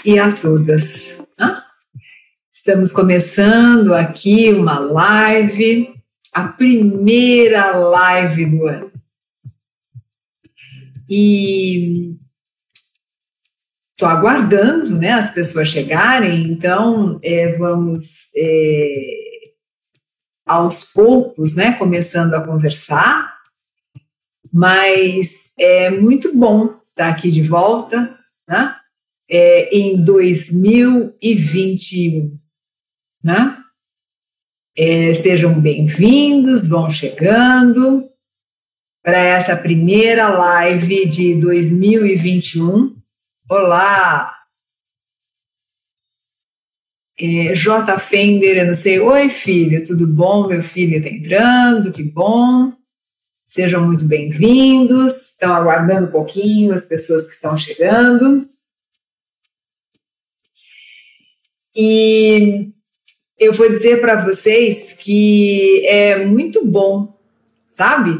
e a todas. Estamos começando aqui uma live, a primeira live do ano. E estou aguardando, né, as pessoas chegarem, então vamos aos poucos, né, começando a conversar, mas é muito bom estar aqui de volta, né, em 2021, né? Sejam bem-vindos, vão chegando para essa primeira live de 2021. Olá! J. Fender, eu não sei. Oi, filho, tudo bom? Meu filho está entrando, que bom. Sejam muito bem-vindos. Estão aguardando um pouquinho as pessoas que estão chegando. E eu vou dizer para vocês que é muito bom, sabe?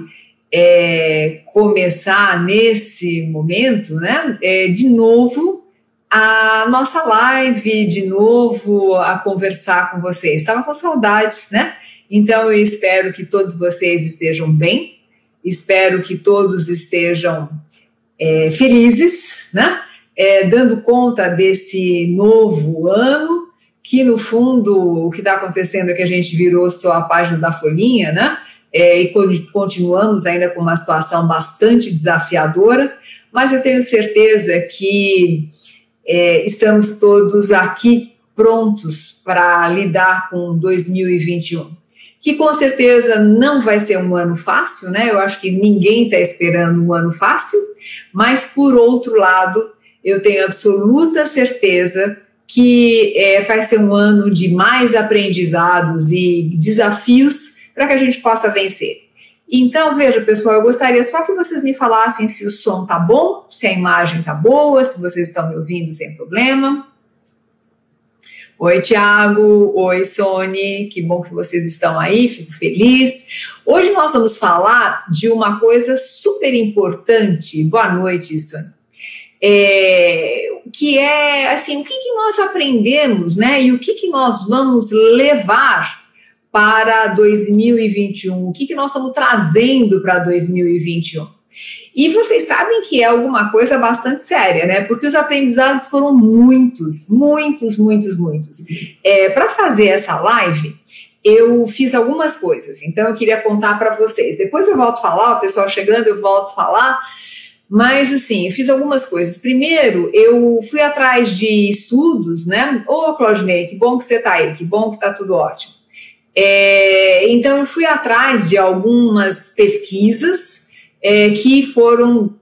Começar nesse momento, né? De novo, a nossa live, de novo, a conversar com vocês. Estava com saudades, né? Então, eu espero que todos vocês estejam bem, espero que todos estejam felizes, né? Dando conta desse novo ano, que no fundo o que está acontecendo é que a gente virou só a página da folhinha, né? E continuamos ainda com uma situação bastante desafiadora, mas eu tenho certeza que estamos todos aqui prontos para lidar com 2021, que com certeza não vai ser um ano fácil, né? Eu acho que ninguém está esperando um ano fácil, mas por outro lado, eu tenho absoluta certeza que vai ser um ano de mais aprendizados e desafios para que a gente possa vencer. Então, veja, pessoal, eu gostaria só que vocês me falassem se o som está bom, se a imagem está boa, se vocês estão me ouvindo sem problema. Oi, Tiago. Oi, Sony. Que bom que vocês estão aí, fico feliz. Hoje nós vamos falar de uma coisa super importante. Boa noite, Sony. Que é, assim, o que nós aprendemos, né, e o que nós vamos levar para 2021, o que nós estamos trazendo para 2021. E vocês sabem que é alguma coisa bastante séria, né, porque os aprendizados foram muitos. Para fazer essa live, eu fiz algumas coisas, então eu queria contar para vocês. Depois eu volto a falar, o pessoal chegando, eu volto a falar. Mas, assim, eu fiz algumas coisas. Primeiro, eu fui atrás de estudos, né? Ô, Claudinei, que bom que você está aí, que bom que está tudo ótimo. Então, eu fui atrás de algumas pesquisas que foram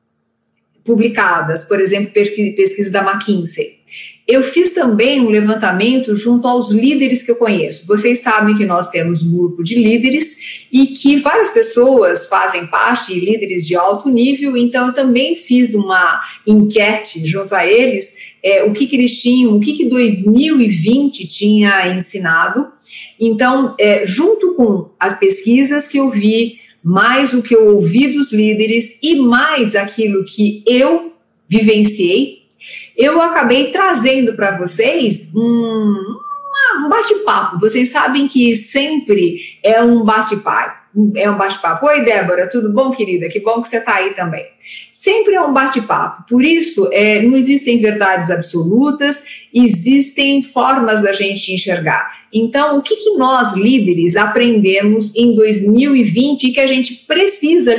publicadas, por exemplo, pesquisa da McKinsey. Eu fiz também um levantamento junto aos líderes que eu conheço. Vocês sabem que nós temos um grupo de líderes e que várias pessoas fazem parte, líderes de alto nível, então eu também fiz uma enquete junto a eles, o que eles tinham, o que 2020 tinha ensinado. Então, junto com as pesquisas que eu vi, mais o que eu ouvi dos líderes e mais aquilo que eu vivenciei, eu acabei trazendo para vocês um bate-papo. Vocês sabem que sempre é um bate-papo. Oi, Débora, tudo bom, querida? Que bom que você está aí também. Sempre é um bate-papo. Por isso, não existem verdades absolutas, existem formas da gente enxergar. Então, o que nós, líderes, aprendemos em 2020 e que a gente precisa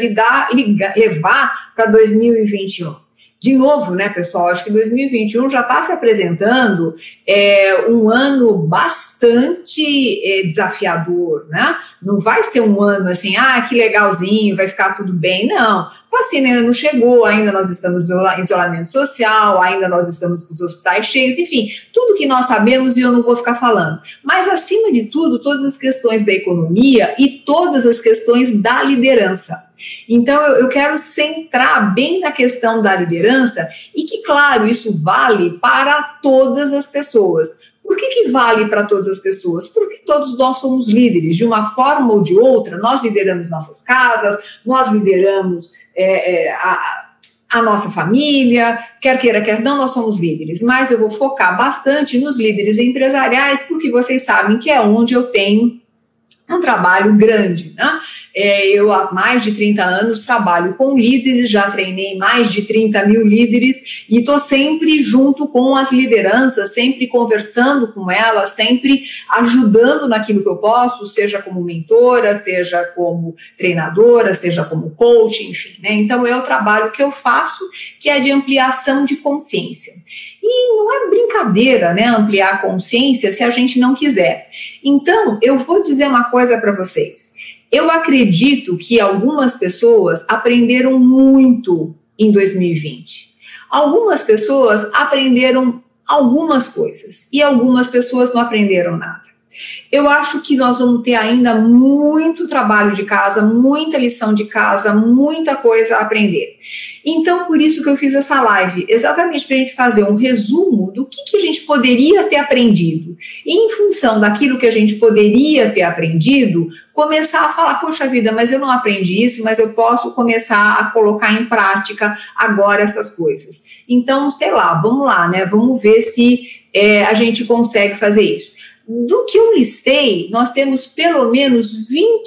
levar para 2021? De novo, né, pessoal, acho que 2021 já está se apresentando um ano bastante desafiador, né? Não vai ser um ano assim, que legalzinho, vai ficar tudo bem, não. A vacina ainda não chegou, ainda nós estamos em isolamento social, ainda nós estamos com os hospitais cheios, enfim, tudo que nós sabemos e eu não vou ficar falando. Mas, acima de tudo, todas as questões da economia e todas as questões da liderança. Então, eu quero centrar bem na questão da liderança e que, claro, isso vale para todas as pessoas. Por que vale para todas as pessoas? Porque todos nós somos líderes, de uma forma ou de outra. Nós lideramos nossas casas, nós lideramos a nossa família, quer queira, quer não, nós somos líderes, mas eu vou focar bastante nos líderes empresariais, porque vocês sabem que é onde eu tenho um trabalho grande, né? Eu há mais de 30 anos trabalho com líderes, já treinei mais de 30 mil líderes e estou sempre junto com as lideranças, sempre conversando com elas, sempre ajudando naquilo que eu posso, seja como mentora, seja como treinadora, seja como coach, enfim, né? Então é o trabalho que eu faço, que é de ampliação de consciência. E não é brincadeira, né, ampliar a consciência se a gente não quiser. Então, eu vou dizer uma coisa para vocês. Eu acredito que algumas pessoas aprenderam muito em 2020. Algumas pessoas aprenderam algumas coisas e algumas pessoas não aprenderam nada. Eu acho que nós vamos ter ainda muito trabalho de casa, muita lição de casa, muita coisa a aprender. Então, por isso que eu fiz essa live, exatamente para a gente fazer um resumo do que a gente poderia ter aprendido. E em função daquilo que a gente poderia ter aprendido, começar a falar, poxa vida, mas eu não aprendi isso, mas eu posso começar a colocar em prática agora essas coisas. Então, sei lá, vamos lá, né? Vamos ver se a gente consegue fazer isso. Do que eu listei, nós temos pelo menos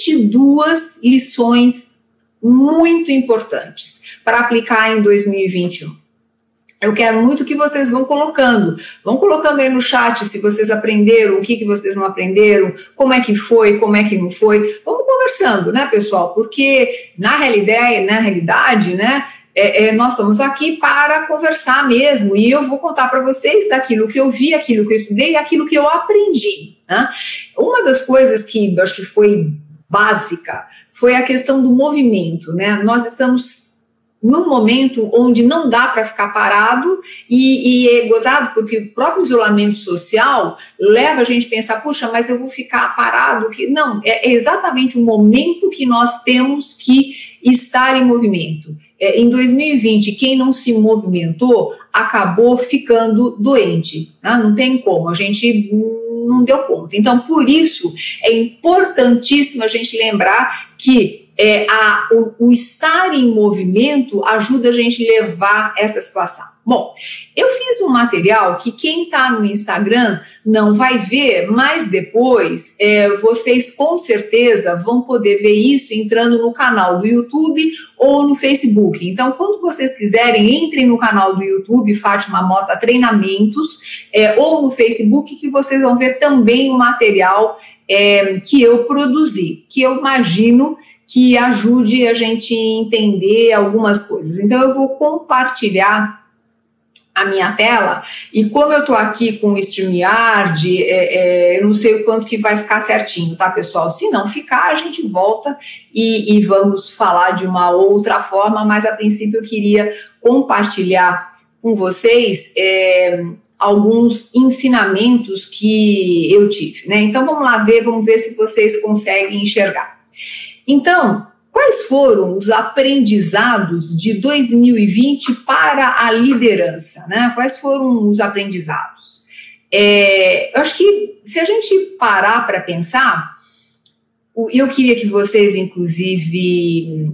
22 lições muito importantes para aplicar em 2021. Eu quero muito que vocês vão colocando aí no chat se vocês aprenderam, o que vocês não aprenderam, como é que foi, como é que não foi. Vamos conversando, né, pessoal? Porque na realidade, né, nós estamos aqui para conversar mesmo, e eu vou contar para vocês daquilo que eu vi, aquilo que eu estudei, aquilo que eu aprendi, né? Uma das coisas que eu acho que foi básica foi a questão do movimento, né? Nós estamos num momento onde não dá para ficar parado e é gozado porque o próprio isolamento social leva a gente a pensar, puxa, mas eu vou ficar parado? Não, é exatamente o momento que nós temos que estar em movimento. Em 2020, quem não se movimentou acabou ficando doente, né? Não tem como, a gente não deu conta. Então, por isso, é importantíssimo a gente lembrar que o estar em movimento ajuda a gente a levar essa situação. Bom, eu fiz um material que quem está no Instagram não vai ver, mas depois vocês com certeza vão poder ver isso entrando no canal do YouTube ou no Facebook. Então, quando vocês quiserem, entrem no canal do YouTube, Fátima Mota Treinamentos, ou no Facebook, que vocês vão ver também o material que eu produzi, que eu imagino que ajude a gente a entender algumas coisas. Então, eu vou compartilhar a minha tela, e como eu estou aqui com o StreamYard, eu não sei o quanto que vai ficar certinho, tá, pessoal? Se não ficar, a gente volta e vamos falar de uma outra forma, mas a princípio eu queria compartilhar com vocês alguns ensinamentos que eu tive, né? Então vamos lá vamos ver se vocês conseguem enxergar. Então, quais foram os aprendizados de 2020 para a liderança, né? Quais foram os aprendizados? Eu acho que se a gente parar para pensar, eu queria que vocês, inclusive,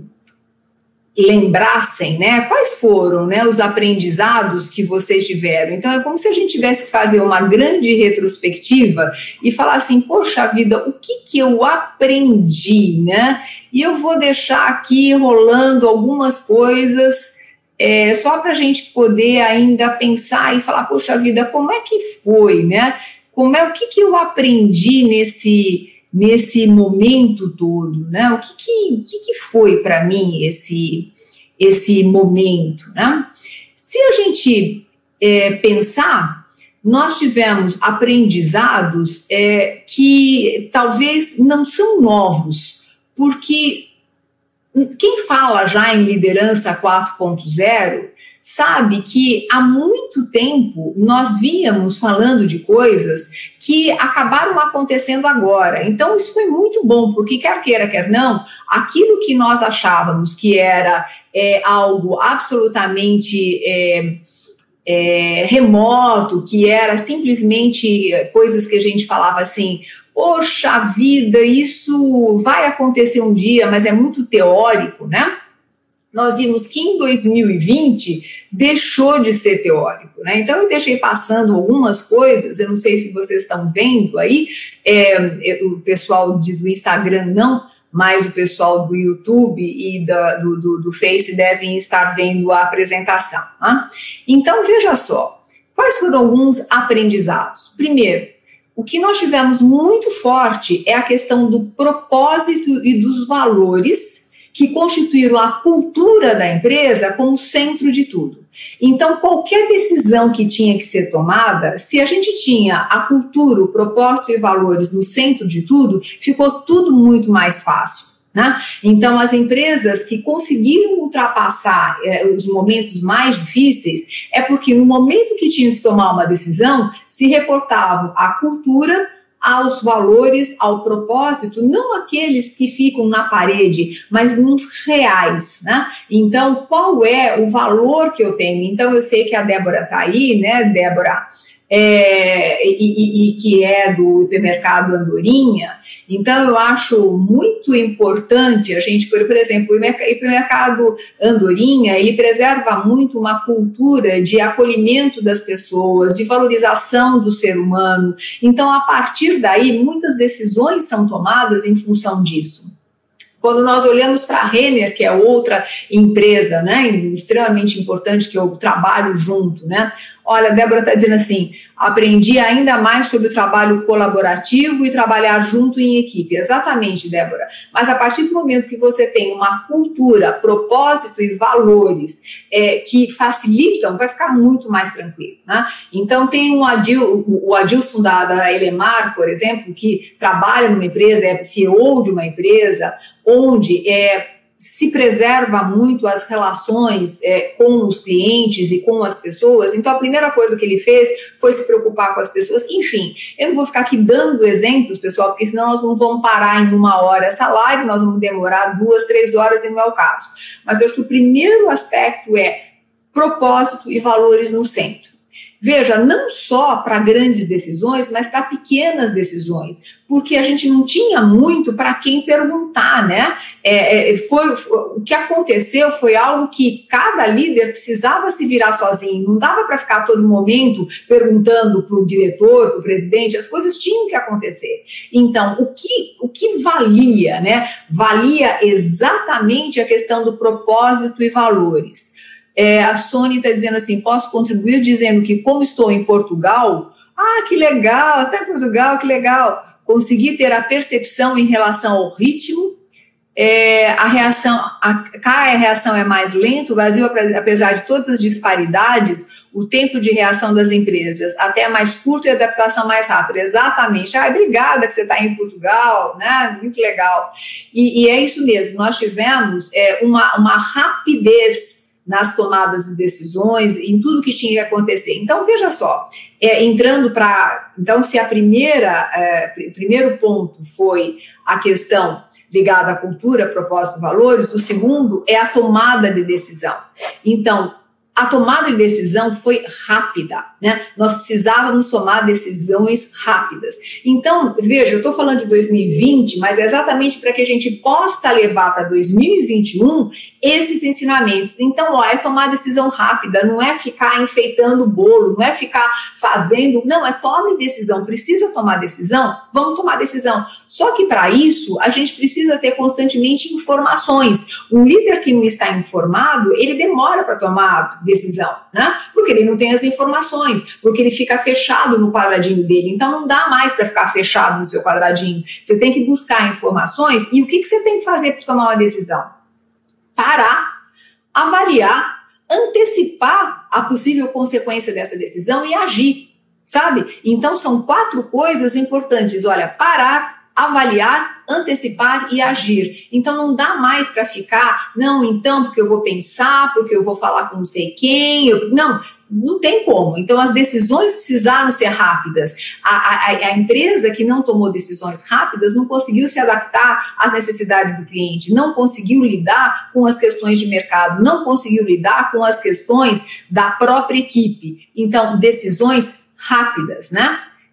lembrassem, né, quais foram, né, os aprendizados que vocês tiveram. Então, é como se a gente tivesse que fazer uma grande retrospectiva e falar assim, poxa vida, o que eu aprendi, né? E eu vou deixar aqui rolando algumas coisas só para a gente poder ainda pensar e falar, poxa vida, como é que foi, né? O que eu aprendi nesse momento todo, né? O que foi para mim esse momento, né? Se a gente pensar, nós tivemos aprendizados que talvez não são novos, porque quem fala já em liderança 4.0 sabe que há muito tempo nós víamos falando de coisas que acabaram acontecendo agora. Então, isso foi muito bom, porque quer queira, quer não, aquilo que nós achávamos que era algo absolutamente remoto, que era simplesmente coisas que a gente falava assim, poxa vida, isso vai acontecer um dia, mas é muito teórico, né? nós vimos que em 2020 deixou de ser teórico, né? Então eu deixei passando algumas coisas, eu não sei se vocês estão vendo aí, o pessoal do Instagram não, mas o pessoal do YouTube e do Face devem estar vendo a apresentação. Tá? Então veja só, quais foram alguns aprendizados? Primeiro, o que nós tivemos muito forte é a questão do propósito e dos valores que constituíram a cultura da empresa como centro de tudo. Então, qualquer decisão que tinha que ser tomada, se a gente tinha a cultura, o propósito e valores no centro de tudo, ficou tudo muito mais fácil. Né? Então, as empresas que conseguiram ultrapassar os momentos mais difíceis é porque no momento que tinham que tomar uma decisão, se reportavam à cultura, aos valores, ao propósito, não aqueles que ficam na parede, mas nos reais, né? Então, qual é o valor que eu tenho? Então, eu sei que a Débora está aí, né, Débora? Que é do hipermercado Andorinha. Então, eu acho muito importante a gente, por exemplo, o hipermercado Andorinha, ele preserva muito uma cultura de acolhimento das pessoas, de valorização do ser humano. Então, a partir daí, muitas decisões são tomadas em função disso. Quando nós olhamos para a Renner, que é outra empresa, né, extremamente importante, que eu trabalho junto, né? Olha, a Débora está dizendo assim, aprendi ainda mais sobre o trabalho colaborativo e trabalhar junto em equipe. Exatamente, Débora. Mas a partir do momento que você tem uma cultura, propósito e valores que facilitam, vai ficar muito mais tranquilo. Né? Então, tem o Adilson da Elemar, por exemplo, que trabalha numa empresa, é CEO de uma empresa, onde se preserva muito as relações com os clientes e com as pessoas. Então, a primeira coisa que ele fez foi se preocupar com as pessoas. Enfim, eu não vou ficar aqui dando exemplos, pessoal, porque senão nós não vamos parar em 1 hora essa live, nós vamos demorar 2, 3 horas e não é o caso. Mas eu acho que o primeiro aspecto é propósito e valores no centro. Veja, não só para grandes decisões, mas para pequenas decisões, porque a gente não tinha muito para quem perguntar, né? O que aconteceu foi algo que cada líder precisava se virar sozinho, não dava para ficar a todo momento perguntando para o diretor, para o presidente, as coisas tinham que acontecer. Então, o que valia, né? Valia exatamente a questão do propósito e valores. A Sônia está dizendo assim, posso contribuir dizendo que como estou em Portugal, que legal, está em Portugal, que legal, consegui ter a percepção em relação ao ritmo, cá a reação é mais lenta, o Brasil, apesar de todas as disparidades, o tempo de reação das empresas até é mais curto e a adaptação mais rápida. Exatamente. Obrigada que você está em Portugal, né? Muito legal. E é isso mesmo, nós tivemos uma rapidez nas tomadas de decisões, em tudo que tinha que acontecer. Então, veja só, então, se primeiro ponto foi a questão ligada à cultura, propósito e valores, o segundo é a tomada de decisão. Então, a tomada de decisão foi rápida, né? Nós precisávamos tomar decisões rápidas. Então, veja, eu estou falando de 2020, mas é exatamente para que a gente possa levar para 2021 esses ensinamentos. Então, é tomar decisão rápida, não é ficar enfeitando o bolo, não é ficar fazendo, não, tome decisão, precisa tomar decisão, vamos tomar decisão. Só que para isso, a gente precisa ter constantemente informações. Um líder que não está informado, ele demora para tomar decisão, né? Porque ele não tem as informações, porque ele fica fechado no quadradinho dele. Então, não dá mais para ficar fechado no seu quadradinho. Você tem que buscar informações e o que você tem que fazer para tomar uma decisão? Parar, avaliar, antecipar a possível consequência dessa decisão e agir, sabe? Então, são 4 coisas importantes. Olha, parar, avaliar, antecipar e agir. Então, não dá mais para ficar, não, então, porque eu vou pensar, porque eu vou falar com não sei quem, não tem como. Então, as decisões precisaram ser rápidas. A empresa que não tomou decisões rápidas não conseguiu se adaptar às necessidades do cliente, não conseguiu lidar com as questões de mercado, não conseguiu lidar com as questões da própria equipe. Então, decisões rápidas, né?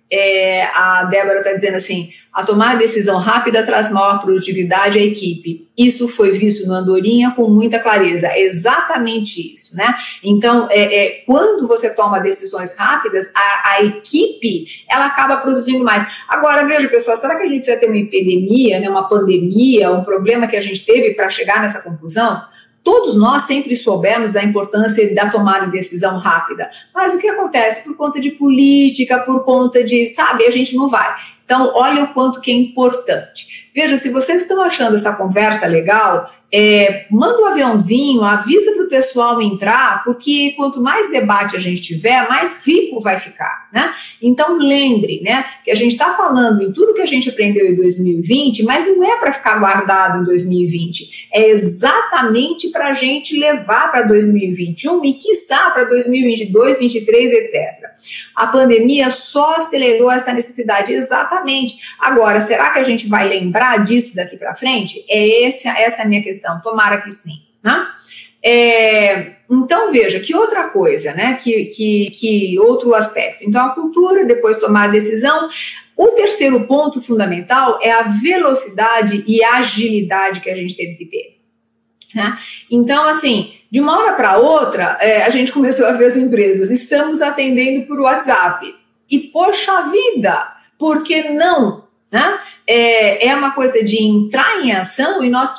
A Débora está dizendo assim, a tomar decisão rápida traz maior produtividade à equipe. Isso foi visto no Andorinha com muita clareza. É exatamente isso, né? Então, quando você toma decisões rápidas, a equipe, ela acaba produzindo mais. Agora, veja, pessoal, será que a gente precisa ter uma epidemia, né, uma pandemia, um problema que a gente teve para chegar nessa conclusão? Todos nós sempre soubemos da importância da tomada de decisão rápida. Mas o que acontece? Por conta de política, por conta de, sabe, a gente não vai. Então, olha o quanto que é importante. Veja, se vocês estão achando essa conversa legal, manda um aviãozinho, avisa para o pessoal entrar, porque quanto mais debate a gente tiver, mais rico vai ficar, né? Então, lembre, né, que a gente está falando em tudo que a gente aprendeu em 2020, mas não é para ficar guardado em 2020, é exatamente para a gente levar para 2021 e, quiçá, para 2022, 2023, etc. A pandemia só acelerou essa necessidade, exatamente. Agora, será que a gente vai lembrar disso daqui para frente? Essa é a minha questão, tomara que sim, né? Então, veja, que outra coisa, né? Que outro aspecto. Então, a cultura, depois tomar a decisão. O terceiro ponto fundamental é a velocidade e agilidade que a gente teve que ter. Né? Então, assim, de uma hora para outra, a gente começou a ver as empresas, estamos atendendo por WhatsApp. E, poxa vida, por que não? Né? É uma coisa de entrar em ação e nós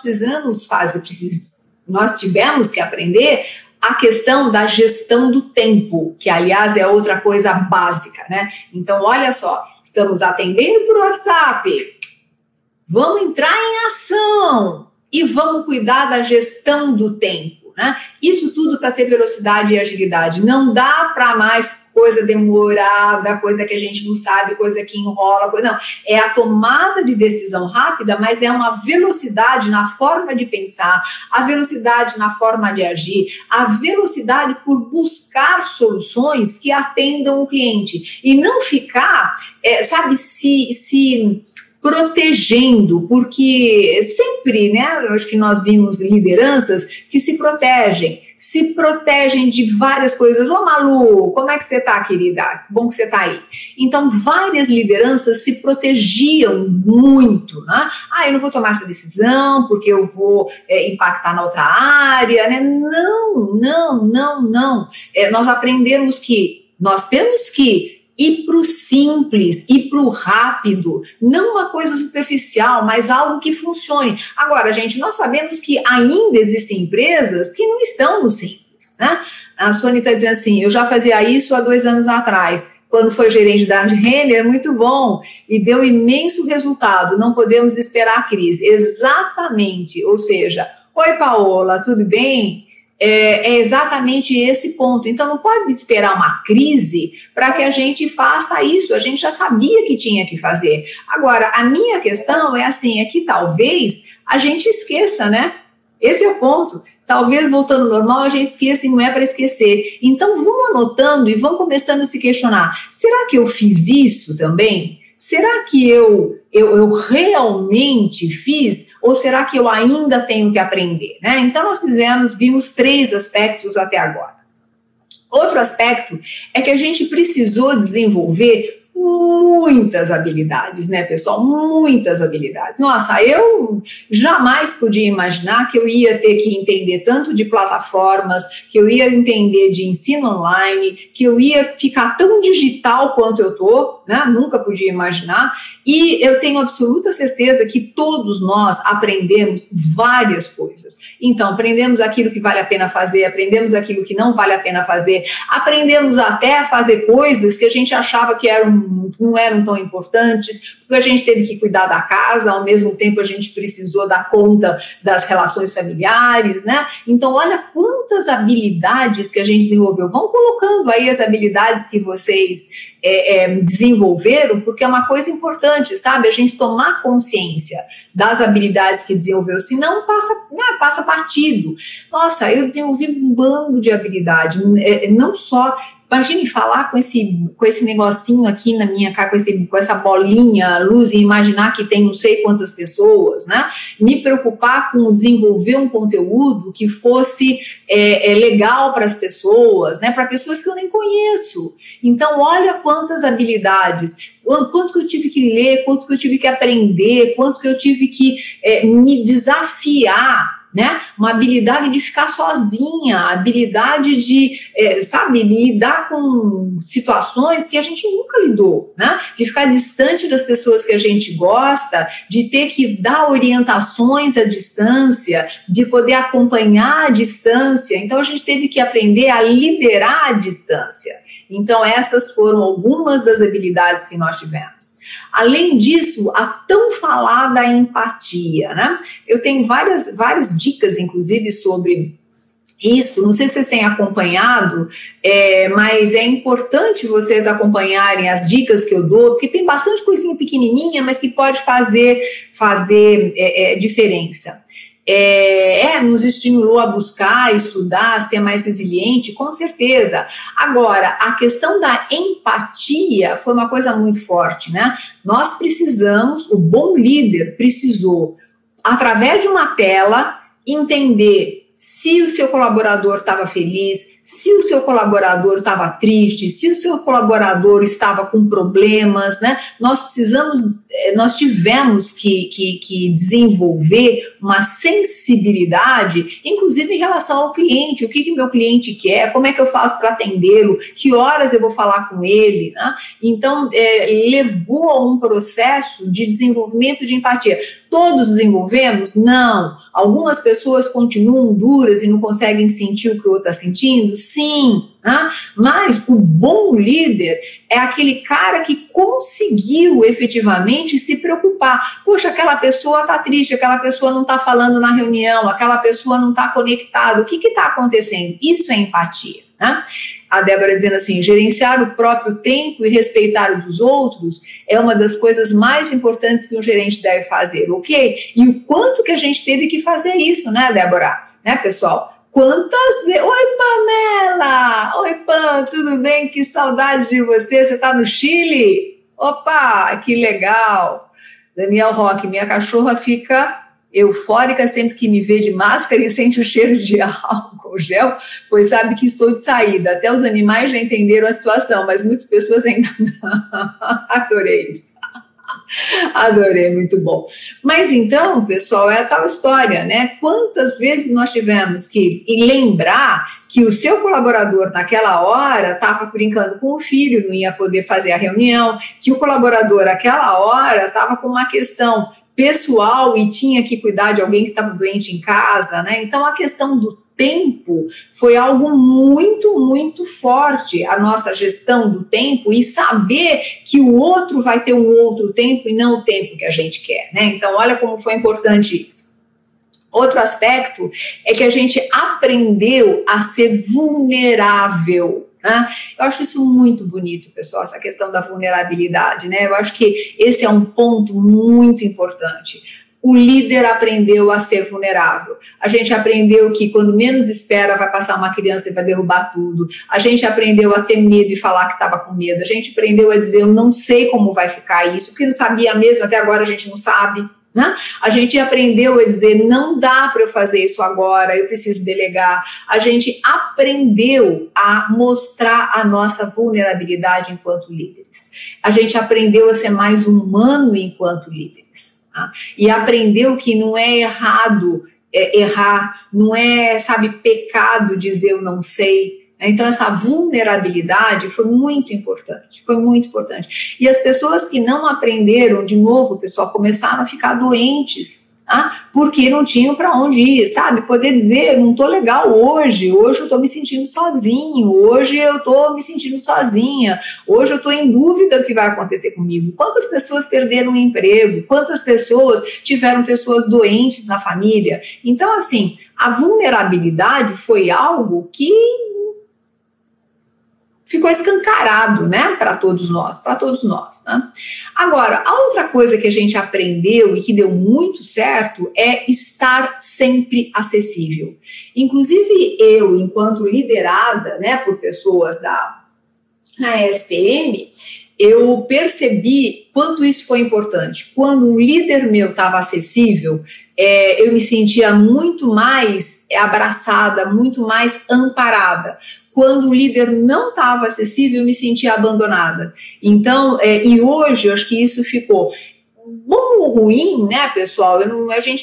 nós tivemos que aprender a questão da gestão do tempo, que, aliás, é outra coisa básica, né? Então, olha só, estamos atendendo por WhatsApp, vamos entrar em ação e vamos cuidar da gestão do tempo, né? Isso tudo para ter velocidade e agilidade. Não dá para mais coisa demorada, coisa que a gente não sabe, coisa que enrola, não. É a tomada de decisão rápida, mas é uma velocidade na forma de pensar, a velocidade na forma de agir, a velocidade por buscar soluções que atendam o cliente e não ficar, se protegendo, porque sempre, né, eu acho que nós vimos lideranças que se protegem de várias coisas. Ô Malu, como é que você tá, querida? Bom que você tá aí. Então, várias lideranças se protegiam muito, né? Eu não vou tomar essa decisão porque eu vou impactar na outra área, né? Não. Nós aprendemos que nós temos que ir para o simples, ir para o rápido, não uma coisa superficial, mas algo que funcione. Agora, gente, nós sabemos que ainda existem empresas que não estão no simples, né? A Sônia está dizendo assim, eu já fazia isso há 2 anos atrás, quando foi gerente da Renner, muito bom, e deu imenso resultado, não podemos esperar a crise. Exatamente, ou seja, oi Paola, tudo bem? É exatamente esse ponto. Então, não pode esperar uma crise para que a gente faça isso. A gente já sabia que tinha que fazer. Agora, a minha questão é que talvez a gente esqueça, né? Esse é o ponto. Talvez, voltando ao normal, a gente esqueça e não é para esquecer. Então, vamos anotando e vamos começando a se questionar. Será que eu fiz isso também? Será que eu realmente fiz? Ou será que eu ainda tenho que aprender? Né? Então, nós vimos 3 aspectos até agora. Outro aspecto é que a gente precisou desenvolver muitas habilidades, né, pessoal? Muitas habilidades. Nossa, eu jamais podia imaginar que eu ia ter que entender tanto de plataformas, que eu ia entender de ensino online, que eu ia ficar tão digital quanto eu tô, né? Nunca podia imaginar. E eu tenho absoluta certeza que todos nós aprendemos várias coisas. Então, aprendemos aquilo que vale a pena fazer, aprendemos aquilo que não vale a pena fazer, aprendemos até a fazer coisas que a gente achava que não eram tão importantes, porque a gente teve que cuidar da casa, ao mesmo tempo a gente precisou dar conta das relações familiares, né? Então, olha quantas habilidades que a gente desenvolveu. Vão colocando aí as habilidades que vocês desenvolveram, porque é uma coisa importante, sabe? A gente tomar consciência das habilidades que desenvolveu, senão passa partido. Nossa, eu desenvolvi um bando de habilidade, não só... Imagine falar com esse negocinho aqui na minha cara, com essa bolinha, luz, e imaginar que tem não sei quantas pessoas, né? Me preocupar com desenvolver um conteúdo que fosse legal para as pessoas, né? Para pessoas que eu nem conheço. Então, olha quantas habilidades, quanto que eu tive que ler, quanto que eu tive que aprender, quanto que eu tive que me desafiar, né? Uma habilidade de ficar sozinha, a habilidade de, lidar com situações que a gente nunca lidou, né? De ficar distante das pessoas que a gente gosta, de ter que dar orientações à distância, de poder acompanhar à distância. Então, a gente teve que aprender a liderar à distância. Então, essas foram algumas das habilidades que nós tivemos. Além disso, a tão falada empatia, né? Eu tenho várias dicas, inclusive, sobre isso. Não sei se vocês têm acompanhado, mas é importante vocês acompanharem as dicas que eu dou, porque tem bastante coisinha pequenininha, mas que pode fazer diferença. Nos estimulou a buscar, estudar, ser mais resiliente, com certeza. Agora, a questão da empatia foi uma coisa muito forte, né? Nós precisamos, o bom líder precisou, através de uma tela, entender se o seu colaborador estava feliz, se o seu colaborador estava triste, se o seu colaborador estava com problemas, né? Nós tivemos que desenvolver uma sensibilidade, inclusive em relação ao cliente, o que meu cliente quer, como é que eu faço para atendê-lo, que horas eu vou falar com ele, né? Então, levou a um processo de desenvolvimento de empatia. Todos desenvolvemos? Não. Algumas pessoas continuam duras e não conseguem sentir o que o outro está sentindo? Sim. Né? Mas o bom líder é aquele cara que conseguiu efetivamente se preocupar. Poxa, aquela pessoa está triste, aquela pessoa não está falando na reunião, aquela pessoa não está conectada. O que está acontecendo? Isso é empatia. Né? A Débora dizendo assim, gerenciar o próprio tempo e respeitar o dos outros é uma das coisas mais importantes que um gerente deve fazer, ok? E o quanto que a gente teve que fazer isso, né, Débora? Né, pessoal? Quantas vezes... Oi, Pamela! Oi, Pam, tudo bem? Que saudade de você. Você está no Chile? Opa, que legal! Daniel Roque, minha cachorra fica eufórica sempre que me vê de máscara e sente o cheiro de álcool gel, pois sabe que estou de saída. Até os animais já entenderam a situação, mas muitas pessoas ainda não. Adorei isso. Adorei, muito bom. Mas então, pessoal, é a tal história, né? Quantas vezes nós tivemos que lembrar que o seu colaborador naquela hora estava brincando com o filho, não ia poder fazer a reunião, que o colaborador naquela hora estava com uma questão pessoal e tinha que cuidar de alguém que estava doente em casa, né? Então, a questão do tempo foi algo muito, muito forte, a nossa gestão do tempo e saber que o outro vai ter um outro tempo e não o tempo que a gente quer, né? Então, olha como foi importante isso. Outro aspecto é que a gente aprendeu a ser vulnerável. Eu acho isso muito bonito, pessoal, essa questão da vulnerabilidade, né? Eu acho que esse é um ponto muito importante. O líder aprendeu a ser vulnerável. A gente aprendeu que quando menos espera vai passar uma criança e vai derrubar tudo. A gente aprendeu a ter medo e falar que estava com medo. A gente aprendeu a dizer, eu não sei como vai ficar isso, porque não sabia mesmo, até agora a gente não sabe. Né? A gente aprendeu a dizer, não dá para eu fazer isso agora, eu preciso delegar. A gente aprendeu a mostrar a nossa vulnerabilidade enquanto líderes. A gente aprendeu a ser mais humano enquanto líderes. Tá? E aprendeu que não é errado errar, não é, pecado dizer eu não sei. Então, essa vulnerabilidade foi muito importante, E as pessoas que não aprenderam, de novo, pessoal, começaram a ficar doentes, porque não tinham para onde ir, Poder dizer, não estou legal hoje eu estou me sentindo sozinho, hoje eu estou me sentindo sozinha, hoje eu estou em dúvida do que vai acontecer comigo. Quantas pessoas perderam o emprego? Quantas pessoas tiveram pessoas doentes na família? Então, assim, a vulnerabilidade foi algo que ficou escancarado, né, para todos nós, né? Agora, a outra coisa que a gente aprendeu e que deu muito certo é estar sempre acessível. Inclusive eu, enquanto liderada, né, por pessoas da SPM, eu percebi quanto isso foi importante. Quando um líder meu estava acessível, eu me sentia muito mais abraçada, muito mais amparada. quando o líder não estava acessível, eu me sentia abandonada. Então, e hoje eu acho que isso ficou bom ou ruim, né, pessoal? A gente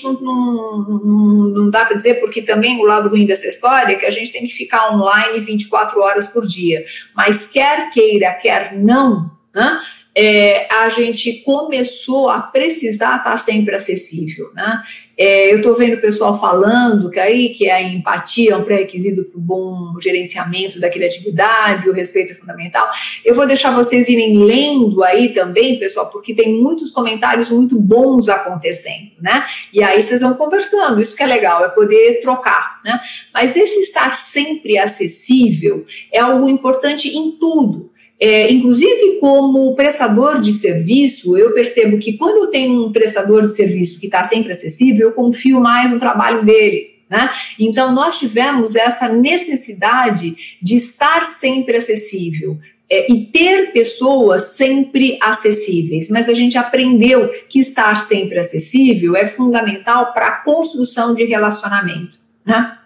não dá para dizer, porque também o lado ruim dessa história é que a gente tem que ficar online 24 horas por dia. Mas quer queira, quer não, né? A gente começou a precisar estar sempre acessível, né? Eu estou vendo o pessoal falando que a empatia é um pré-requisito para o bom gerenciamento da criatividade, o respeito é fundamental. Eu vou deixar vocês irem lendo aí também, pessoal, porque tem muitos comentários muito bons acontecendo, né? E aí vocês vão conversando, isso que é legal, é poder trocar, né? Mas esse estar sempre acessível é algo importante em tudo. Inclusive como prestador de serviço, eu percebo que quando eu tenho um prestador de serviço que está sempre acessível, eu confio mais no trabalho dele, né? Então nós tivemos essa necessidade de estar sempre acessível e ter pessoas sempre acessíveis, mas a gente aprendeu que estar sempre acessível é fundamental para a construção de relacionamento, né?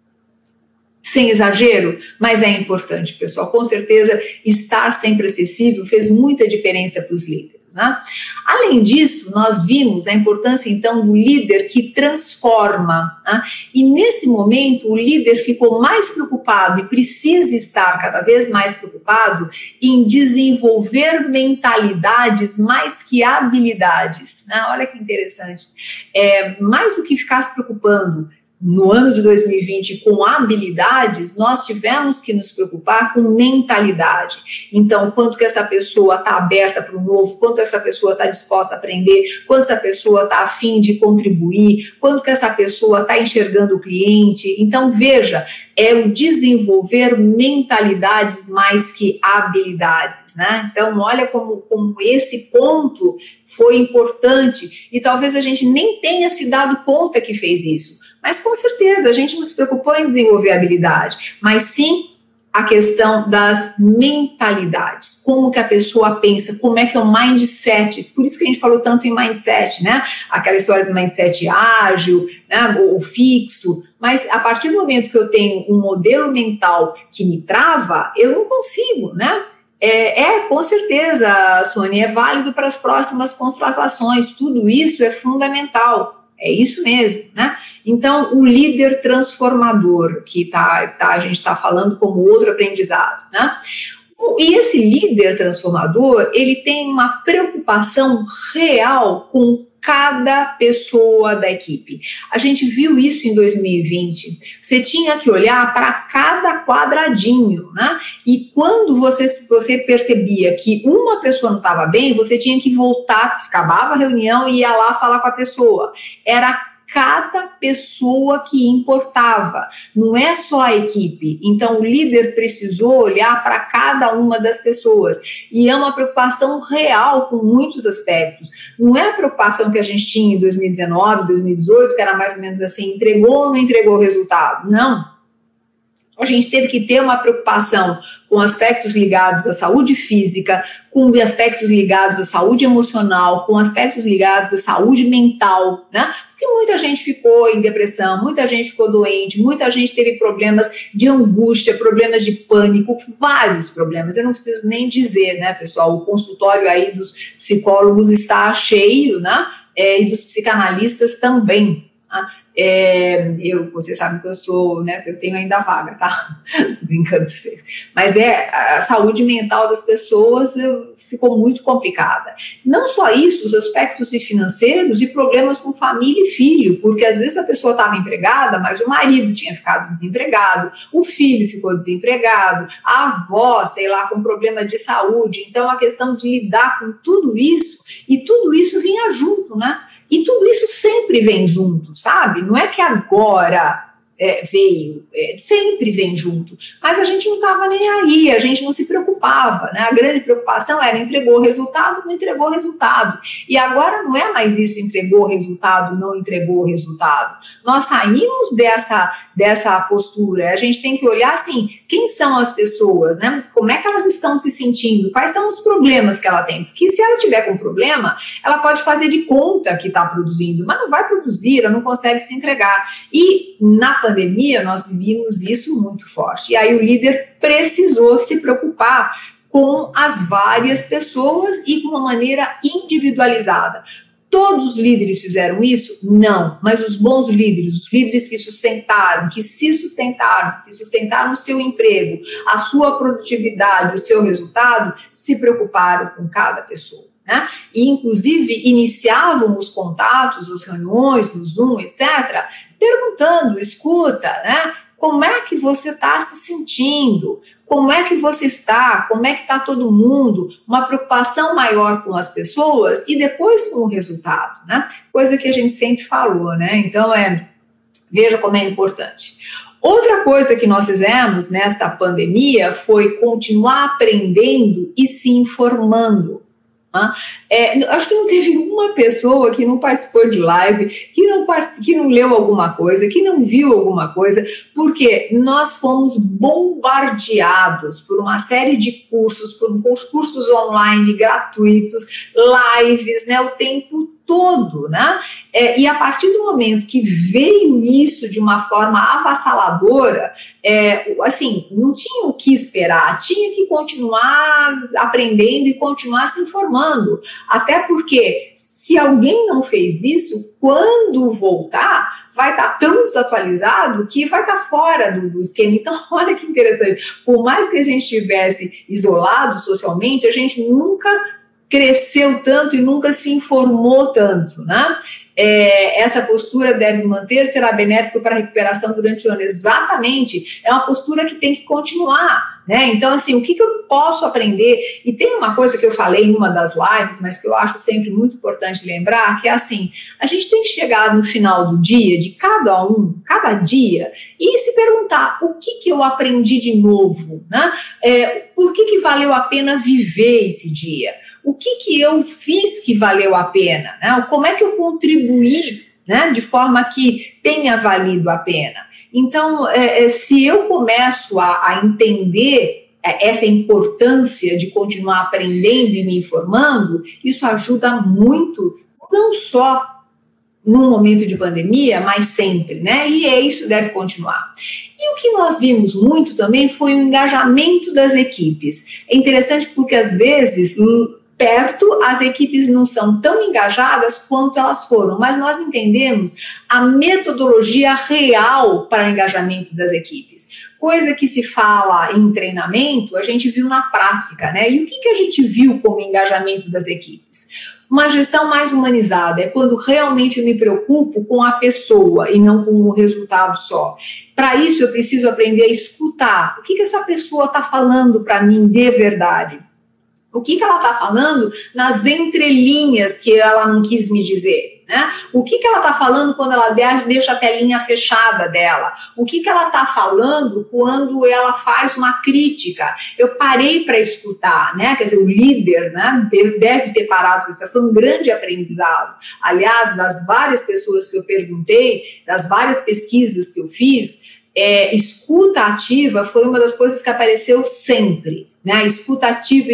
Sem exagero, mas é importante, pessoal. Com certeza, estar sempre acessível fez muita diferença para os líderes, né? Além disso, nós vimos a importância, então, do líder que transforma, né? E nesse momento, o líder ficou mais preocupado e precisa estar cada vez mais preocupado em desenvolver mentalidades mais que habilidades, né? Olha que interessante. Mais do que ficar se preocupando no ano de 2020 com habilidades, nós tivemos que nos preocupar com mentalidade. Então, quanto que essa pessoa está aberta para o novo, quanto essa pessoa está disposta a aprender, quanto essa pessoa está a fim de contribuir, quanto que essa pessoa está enxergando o cliente. Então, veja, é o desenvolver mentalidades mais que habilidades, né? Então, olha como esse ponto foi importante e talvez a gente nem tenha se dado conta que fez isso. Mas, com certeza, a gente não se preocupou em desenvolver habilidade, mas sim a questão das mentalidades, como que a pessoa pensa, como é que é o mindset, por isso que a gente falou tanto em mindset, né? Aquela história do mindset ágil, né? Ou fixo, mas a partir do momento que eu tenho um modelo mental que me trava, eu não consigo, né? Com certeza, Sônia, é válido para as próximas contratações, tudo isso é fundamental. É isso mesmo, né? Então, o líder transformador, que a gente está falando como outro aprendizado, né? E esse líder transformador, ele tem uma preocupação real com cada pessoa da equipe. A gente viu isso em 2020. Você tinha que olhar para cada quadradinho, né? E quando você percebia que uma pessoa não estava bem, você tinha que voltar, acabava a reunião e ia lá falar com a pessoa. Era cada pessoa que importava, não é só a equipe. Então, o líder precisou olhar para cada uma das pessoas. E é uma preocupação real com muitos aspectos. Não é a preocupação que a gente tinha em 2019, 2018, que era mais ou menos assim, entregou ou não entregou o resultado. Não. A gente teve que ter uma preocupação com aspectos ligados à saúde física, com aspectos ligados à saúde emocional, com aspectos ligados à saúde mental, né? Porque muita gente ficou em depressão, muita gente ficou doente, muita gente teve problemas de angústia, problemas de pânico, vários problemas. Eu não preciso nem dizer, né, pessoal? O consultório aí dos psicólogos está cheio, né? E dos psicanalistas também. Tá? Vocês sabem que eu sou, né, eu tenho ainda vaga, tá? Brincando com vocês. Mas a saúde mental das pessoas ficou muito complicada. Não só isso, os aspectos financeiros e problemas com família e filho, porque às vezes a pessoa estava empregada, mas o marido tinha ficado desempregado, o filho ficou desempregado, a avó, sei lá, com problema de saúde. Então, a questão de lidar com tudo isso, e tudo isso vinha junto, né? E tudo isso sempre vem junto, sabe? Não é que agora veio, sempre vem junto. Mas a gente não estava nem aí, a gente não se preocupava, né? A grande preocupação era entregou o resultado, não entregou o resultado. E agora não é mais isso, entregou o resultado, não entregou o resultado. Nós saímos dessa postura, a gente tem que olhar assim, quem são as pessoas, né? Como é que elas estão se sentindo, quais são os problemas que ela tem, porque se ela tiver com problema, ela pode fazer de conta que está produzindo, mas não vai produzir, ela não consegue se entregar. E na pandemia nós vimos isso muito forte, e aí o líder precisou se preocupar com as várias pessoas e de uma maneira individualizada. Todos os líderes fizeram isso? Não, mas os bons líderes, os líderes que sustentaram, que se sustentaram, que sustentaram o seu emprego, a sua produtividade, o seu resultado, se preocuparam com cada pessoa, né? E inclusive iniciavam os contatos, as reuniões no Zoom, etc., perguntando, escuta, né? Como é que você está se sentindo? Como é que você está? Como é que está todo mundo? Uma preocupação maior com as pessoas e depois com o resultado, né? Coisa que a gente sempre falou, né? Então, veja como é importante. Outra coisa que nós fizemos nesta pandemia foi continuar aprendendo e se informando. Acho que não teve uma pessoa que não participou de live, que não leu alguma coisa, que não viu alguma coisa, porque nós fomos bombardeados por uma série de cursos, por cursos online gratuitos, lives, né, o tempo todo, né? E a partir do momento que veio isso de uma forma avassaladora, assim, não tinha o que esperar, tinha que continuar aprendendo e continuar se informando, até porque se alguém não fez isso, quando voltar, vai estar tão desatualizado que vai estar fora do esquema. Então, olha que interessante, por mais que a gente estivesse isolado socialmente, a gente nunca cresceu tanto e nunca se informou tanto, né? Essa postura deve manter, será benéfica para a recuperação durante o ano. Exatamente, é uma postura que tem que continuar, né? Então, assim, o que eu posso aprender? E tem uma coisa que eu falei em uma das lives, mas que eu acho sempre muito importante lembrar, que é assim, a gente tem que chegar no final do dia, de cada dia, e se perguntar o que eu aprendi de novo, né? Por que valeu a pena viver esse dia? O que eu fiz que valeu a pena? Né? Como é que eu contribuí, né, de forma que tenha valido a pena? Então, se eu começo a entender essa importância de continuar aprendendo e me informando, isso ajuda muito, não só num momento de pandemia, mas sempre, né? E isso deve continuar. E o que nós vimos muito também foi o engajamento das equipes. É interessante porque, às vezes, perto, as equipes não são tão engajadas quanto elas foram, mas nós entendemos a metodologia real para o engajamento das equipes. Coisa que se fala em treinamento, a gente viu na prática, né? E o que a gente viu como engajamento das equipes? Uma gestão mais humanizada é quando realmente eu me preocupo com a pessoa e não com o resultado só. Para isso, eu preciso aprender a escutar. O que essa pessoa está falando para mim de verdade? O que ela está falando nas entrelinhas que ela não quis me dizer, né? O que ela está falando quando ela deixa a telinha fechada dela? O que ela está falando quando ela faz uma crítica? Eu parei para escutar, né? Quer dizer, o líder, né, deve ter parado com isso. Foi um grande aprendizado. Aliás, das várias pessoas que eu perguntei, das várias pesquisas que eu fiz, escuta ativa foi uma das coisas que apareceu sempre, né? Escutativa.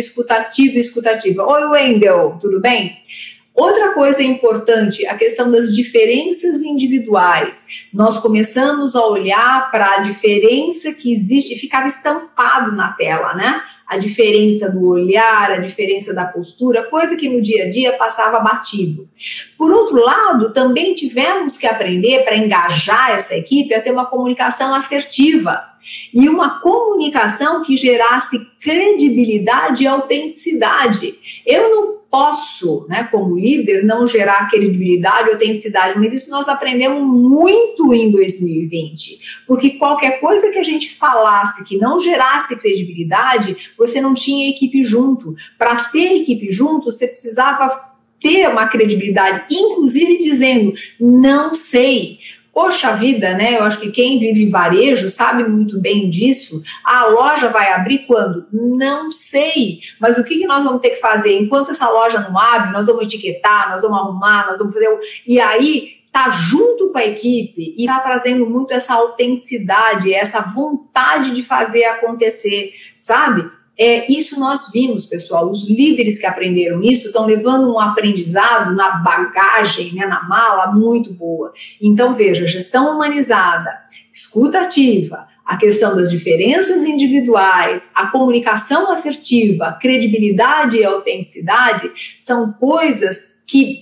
Oi, Wendel, tudo bem? Outra coisa importante, a questão das diferenças individuais. Nós começamos a olhar para a diferença que existe e ficava estampado na tela, né? A diferença do olhar, a diferença da postura, coisa que no dia a dia passava batido. Por outro lado, também tivemos que aprender, para engajar essa equipe, a ter uma comunicação assertiva e uma comunicação que gerasse credibilidade e autenticidade. Eu não posso, né, como líder, não gerar credibilidade e autenticidade, mas isso nós aprendemos muito em 2020, porque qualquer coisa que a gente falasse que não gerasse credibilidade, você não tinha equipe junto. Para ter equipe junto, você precisava ter uma credibilidade, inclusive dizendo, não sei. Poxa vida, né? Eu acho que quem vive em varejo sabe muito bem disso. A loja vai abrir quando? Não sei. Mas o que nós vamos ter que fazer? Enquanto essa loja não abre, nós vamos etiquetar, nós vamos arrumar, nós vamos fazer... E aí, está junto com a equipe e está trazendo muito essa autenticidade, essa vontade de fazer acontecer, sabe? Isso nós vimos, pessoal, os líderes que aprenderam isso estão levando um aprendizado na bagagem, né, na mala muito boa. Então, veja, gestão humanizada, escuta ativa, a questão das diferenças individuais, a comunicação assertiva, credibilidade e autenticidade são coisas que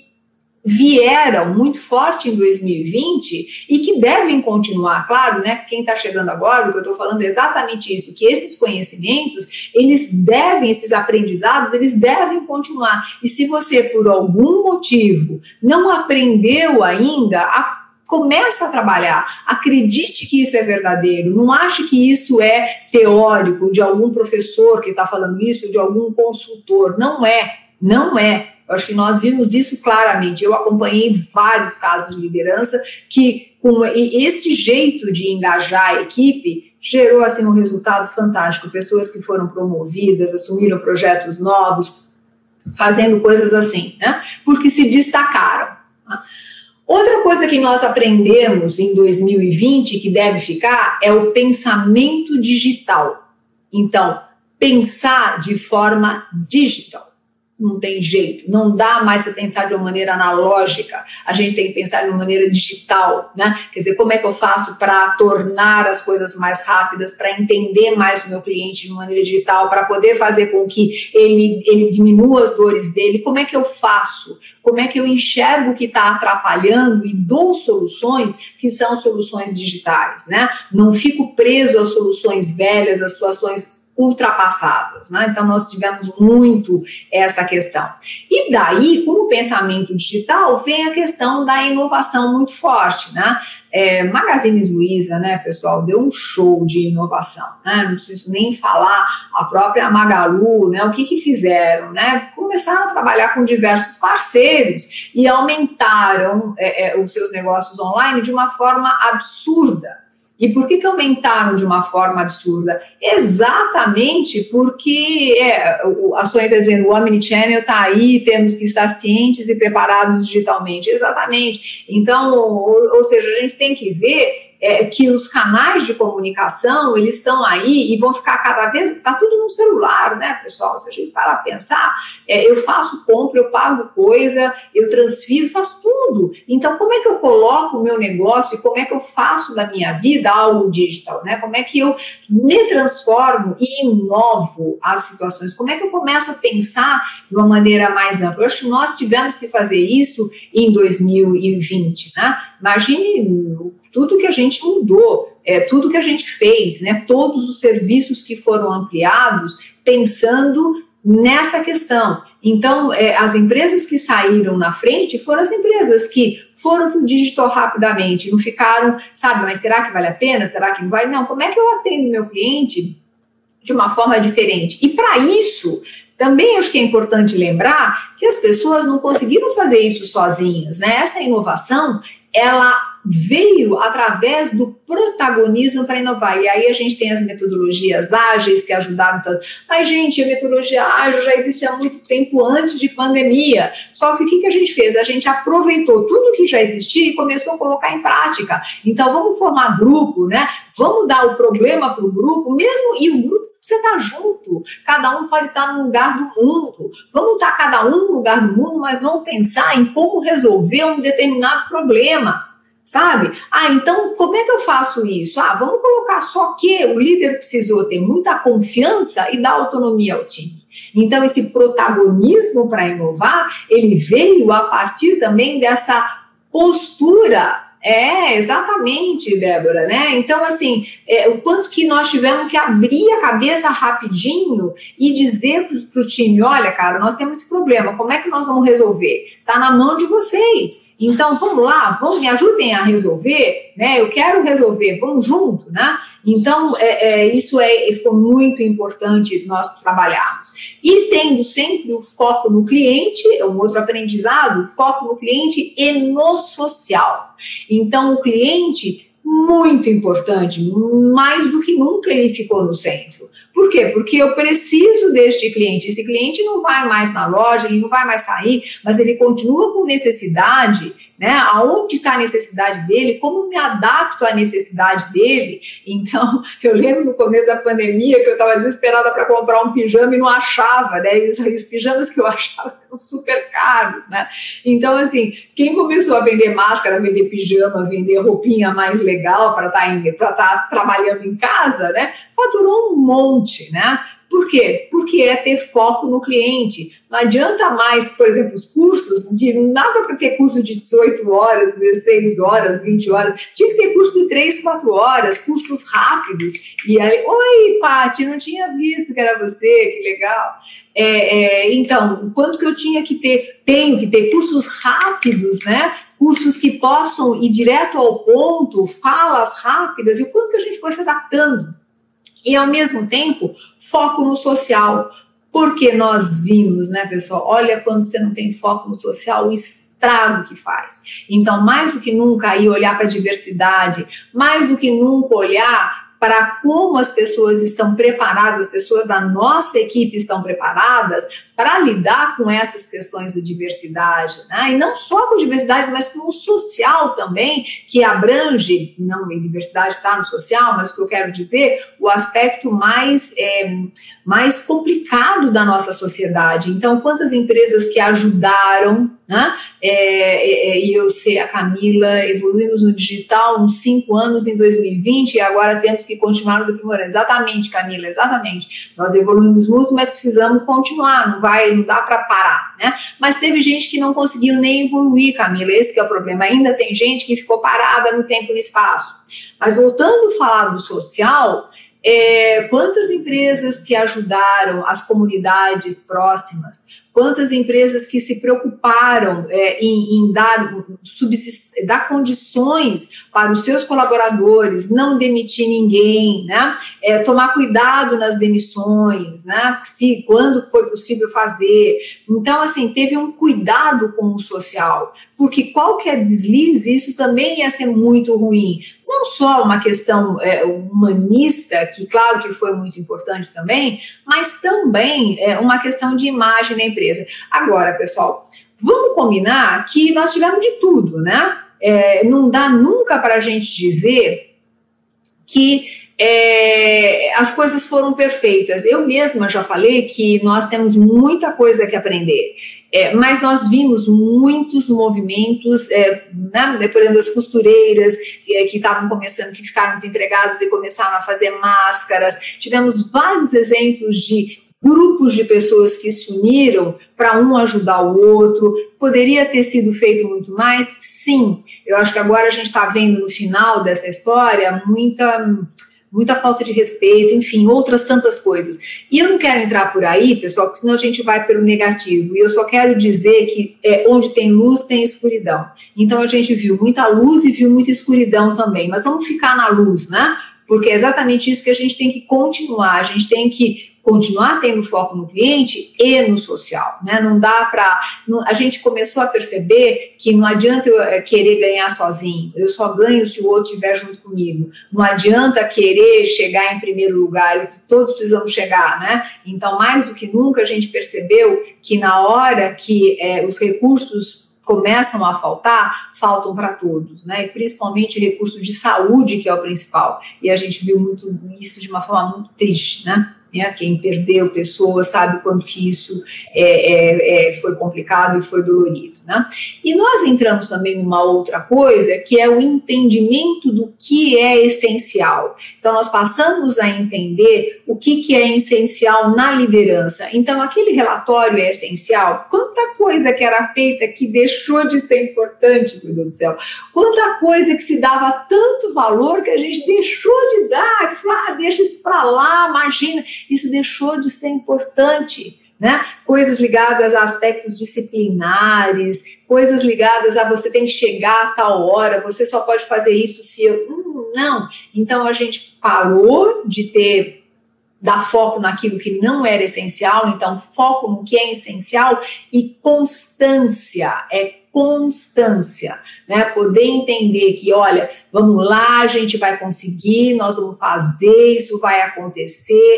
vieram muito forte em 2020 e que devem continuar, claro, né? Quem está chegando agora, o que eu estou falando é exatamente isso, que esses conhecimentos, esses aprendizados, eles devem continuar. E se você, por algum motivo, não aprendeu ainda, começa a trabalhar, acredite que isso é verdadeiro, não ache que isso é teórico, de algum professor que está falando isso, de algum consultor, não é. Eu acho que nós vimos isso claramente. Eu acompanhei vários casos de liderança que, com esse jeito de engajar a equipe, gerou assim, um resultado fantástico. Pessoas que foram promovidas, assumiram projetos novos, fazendo coisas assim, né? Porque se destacaram. Né? Outra coisa que nós aprendemos em 2020 que deve ficar é o pensamento digital. Então, pensar de forma digital. Não tem jeito, não dá mais para pensar de uma maneira analógica, a gente tem que pensar de uma maneira digital, né? Quer dizer, como é que eu faço para tornar as coisas mais rápidas, para entender mais o meu cliente de uma maneira digital, para poder fazer com que ele diminua as dores dele, como é que eu faço? Como é que eu enxergo o que está atrapalhando e dou soluções que são soluções digitais, né? Não fico preso às soluções velhas, às situações ultrapassadas, né? Então nós tivemos muito essa questão. E daí, com o pensamento digital, vem a questão da inovação muito forte, né? Magazine Luiza, né, pessoal, deu um show de inovação, né? Não preciso nem falar, a própria Magalu, né? O que fizeram, né? Começaram a trabalhar com diversos parceiros e aumentaram os seus negócios online de uma forma absurda. E por que aumentaram de uma forma absurda? Exatamente porque a Sônia está dizendo, o Omnichannel está aí, temos que estar cientes e preparados digitalmente. Exatamente. Então, ou seja, a gente tem que ver que os canais de comunicação, eles estão aí e vão ficar cada vez, está tudo no celular, né, pessoal? Se a gente parar a pensar, eu faço compra, eu pago coisa, eu transfiro, faço tudo. Então, como é que eu coloco o meu negócio e como é que eu faço da minha vida algo digital, né? Como é que eu me transformo e inovo as situações? Como é que eu começo a pensar de uma maneira mais ampla? Eu acho que nós tivemos que fazer isso em 2020, né? Imagine tudo que a gente mudou, tudo que a gente fez, né? Todos os serviços que foram ampliados pensando nessa questão. Então, as empresas que saíram na frente foram as empresas que foram para o digital rapidamente, não ficaram, sabe, mas será que vale a pena? Será que não vale? Não, como é que eu atendo meu cliente de uma forma diferente? E para isso, também acho que é importante lembrar que as pessoas não conseguiram fazer isso sozinhas, né? Essa inovação, ela veio através do protagonismo para inovar. E aí a gente tem as metodologias ágeis que ajudaram tanto. Mas, gente, a metodologia ágil já existe há muito tempo antes de pandemia. Só que o que a gente fez? A gente aproveitou tudo que já existia e começou a colocar em prática. Então, vamos formar grupo, né? Vamos dar o problema para o grupo, mesmo, e o grupo você está junto, cada um pode estar num lugar do mundo, vamos estar cada um no lugar do mundo, mas vamos pensar em como resolver um determinado problema, sabe? Então como é que eu faço isso? Vamos colocar só que o líder precisou ter muita confiança e dar autonomia ao time. Então esse protagonismo para inovar, ele veio a partir também dessa postura. Exatamente, Débora, né? Então, assim, o quanto que nós tivemos que abrir a cabeça rapidinho e dizer para o time, olha, cara, nós temos esse problema, como é que nós vamos resolver? Está na mão de vocês. Então, vamos lá, me ajudem a resolver, né? Eu quero resolver, vamos junto, né? Então, isso foi muito importante nós trabalharmos. E tendo sempre o foco no cliente, um outro aprendizado, o foco no cliente e no social. Então, o cliente, muito importante, mais do que nunca ele ficou no centro. Por quê? Porque eu preciso deste cliente. Esse cliente não vai mais na loja, ele não vai mais sair, mas ele continua com necessidade né? Aonde está a necessidade dele, como me adapto à necessidade dele. Então, eu lembro no começo da pandemia que eu estava desesperada para comprar um pijama e não achava, né? E os pijamas que eu achava eram super caros, né? Então, assim, quem começou a vender máscara, vender pijama, vender roupinha mais legal para estar trabalhando em casa, né? Faturou um monte, né? Por quê? Porque é ter foco no cliente. Não adianta mais, por exemplo, os cursos, não dava para ter curso de 18 horas, 16 horas, 20 horas, tinha que ter curso de 3, 4 horas, cursos rápidos. E aí, oi, Paty, não tinha visto que era você, que legal. Então, o quanto que eu tenho que ter cursos rápidos, né? Cursos que possam ir direto ao ponto, falas rápidas, e o quanto que a gente foi se adaptando. E, ao mesmo tempo, foco no social. Porque nós vimos, né, pessoal? Olha, quando você não tem foco no social, o estrago que faz. Então, mais do que nunca, aí olhar para a diversidade, mais do que nunca olhar para como as pessoas estão preparadas, as pessoas da nossa equipe estão preparadas para lidar com essas questões da diversidade, né? E não só com diversidade, mas com o social também, que abrange, não, a diversidade está no social, mas o que eu quero dizer, o aspecto mais complicado da nossa sociedade. Então, quantas empresas que ajudaram, né? E eu sei, a Camila, evoluímos no digital uns 5 anos em 2020 e agora temos que continuar nos aprimorando. Exatamente, Camila, exatamente. Nós evoluímos muito, mas precisamos continuar, não dá para parar, né? Mas teve gente que não conseguiu nem evoluir, Camila, esse que é o problema. Ainda tem gente que ficou parada no tempo e no espaço. Mas voltando a falar do social, quantas empresas que ajudaram as comunidades próximas, quantas empresas que se preocuparam em dar condições para os seus colaboradores, não demitir ninguém, né? Tomar cuidado nas demissões, né? Quando foi possível fazer. Então, assim, teve um cuidado com o social, porque qualquer deslize, isso também ia ser muito ruim. Não só uma questão humanista, que claro que foi muito importante também, mas também uma questão de imagem da empresa. Agora, pessoal, vamos combinar que nós tivemos de tudo, né? Não dá nunca para a gente dizer que as coisas foram perfeitas. Eu mesma já falei que nós temos muita coisa que aprender. Mas nós vimos muitos movimentos, né, por exemplo, as costureiras que estavam começando, que ficaram desempregadas e começaram a fazer máscaras. Tivemos vários exemplos de grupos de pessoas que se uniram para um ajudar o outro. Poderia ter sido feito muito mais? Sim. Eu acho que agora a gente está vendo no final dessa história muita falta de respeito, enfim, outras tantas coisas. E eu não quero entrar por aí, pessoal, porque senão a gente vai pelo negativo. E eu só quero dizer que onde tem luz, tem escuridão. Então a gente viu muita luz e viu muita escuridão também. Mas vamos ficar na luz, né? Porque é exatamente isso que a gente tem que continuar. A gente tem que continuar tendo foco no cliente e no social, né? Não dá para... A gente começou a perceber que não adianta eu querer ganhar sozinho, eu só ganho se o outro estiver junto comigo. Não adianta querer chegar em primeiro lugar, todos precisamos chegar, né? Então, mais do que nunca, a gente percebeu que na hora que os recursos começam a faltar, faltam para todos, né? E principalmente recurso de saúde, que é o principal. E a gente viu muito isso de uma forma muito triste, né? Quem perdeu pessoas sabe quanto que isso foi complicado e foi dolorido, né? E nós entramos também numa outra coisa, que é o entendimento do que é essencial. Então, nós passamos a entender o que é essencial na liderança. Então, aquele relatório é essencial? Quanta coisa que era feita que deixou de ser importante, meu Deus do céu. Quanta coisa que se dava tanto valor que a gente deixou de dar, que falou, deixa isso para lá, imagina. Isso deixou de ser importante, né? Coisas ligadas a aspectos disciplinares, coisas ligadas a você tem que chegar a tal hora, você só pode fazer isso se eu... Não. Então, a gente parou de dar foco naquilo que não era essencial, então foco no que é essencial e constância, constância, né? Poder entender que, olha, vamos lá, a gente vai conseguir, nós vamos fazer, isso vai acontecer,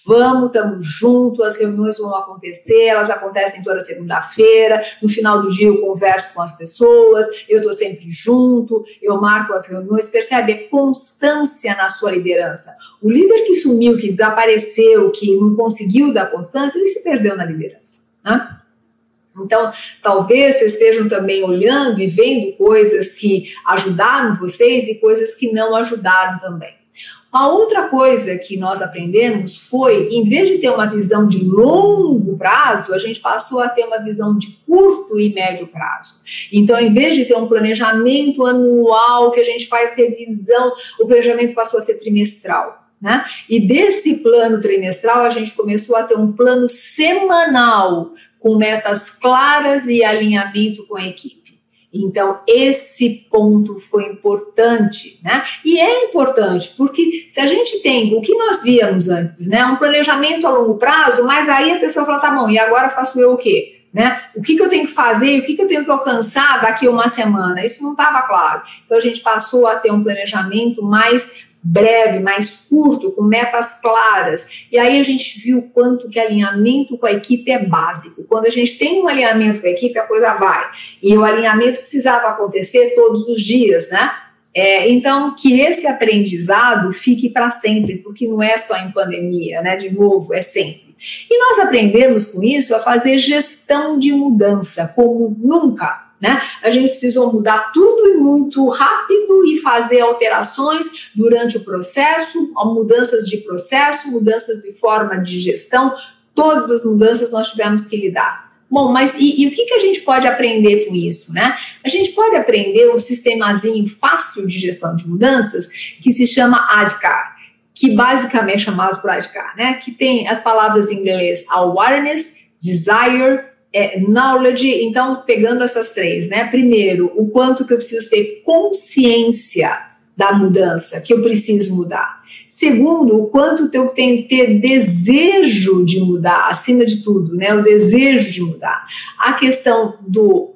estamos juntos, as reuniões vão acontecer, elas acontecem toda segunda-feira, no final do dia eu converso com as pessoas, eu estou sempre junto, eu marco as reuniões, percebe? É constância na sua liderança. O líder que sumiu, que desapareceu, que não conseguiu dar constância, ele se perdeu na liderança, né? Então, talvez vocês estejam também olhando e vendo coisas que ajudaram vocês e coisas que não ajudaram também. Uma outra coisa que nós aprendemos foi, em vez de ter uma visão de longo prazo, a gente passou a ter uma visão de curto e médio prazo. Então, em vez de ter um planejamento anual, que a gente faz revisão, o planejamento passou a ser trimestral, né? E desse plano trimestral, a gente começou a ter um plano semanal, com metas claras e alinhamento com a equipe. Então, esse ponto foi importante, né? E é importante, porque se a gente tem o que nós víamos antes, né? Um planejamento a longo prazo, mas aí a pessoa fala, tá bom, e agora faço eu o quê? Né? O que eu tenho que fazer, o que eu tenho que alcançar daqui a uma semana? Isso não estava claro. Então, a gente passou a ter um planejamento mais breve, mais curto, com metas claras. E aí a gente viu quanto que alinhamento com a equipe é básico. Quando a gente tem um alinhamento com a equipe, a coisa vai. E o alinhamento precisava acontecer todos os dias, né? Então, que esse aprendizado fique para sempre, porque não é só em pandemia, né? De novo, é sempre. E nós aprendemos com isso a fazer gestão de mudança, como nunca. Né? A gente precisou mudar tudo e muito rápido e fazer alterações durante o processo, mudanças de processo, mudanças de forma de gestão, todas as mudanças nós tivemos que lidar. Bom, mas e o que a gente pode aprender com isso, né? A gente pode aprender um sistemazinho fácil de gestão de mudanças que se chama ADKAR, que basicamente é chamado por ADKAR, né? Que tem as palavras em inglês awareness, desire, knowledge. Então, pegando essas três, né? Primeiro, o quanto que eu preciso ter consciência da mudança, que eu preciso mudar. Segundo, o quanto eu tenho que ter desejo de mudar, acima de tudo, né? O desejo de mudar. A questão do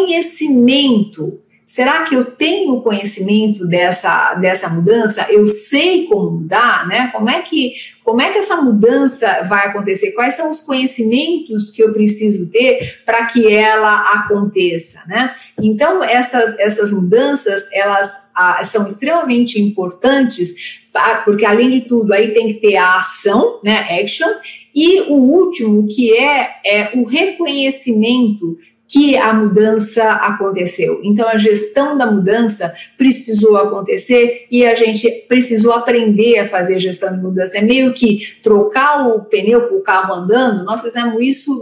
conhecimento. Será que eu tenho conhecimento dessa mudança? Eu sei como mudar, né? Como é que essa mudança vai acontecer? Quais são os conhecimentos que eu preciso ter para que ela aconteça, né? Então, essas mudanças, elas são extremamente importantes, porque, além de tudo, aí tem que ter a ação, né? Action. E o último, que é o reconhecimento que a mudança aconteceu. Então, a gestão da mudança precisou acontecer e a gente precisou aprender a fazer gestão de mudança. É meio que trocar o pneu com o carro andando. Nós fizemos isso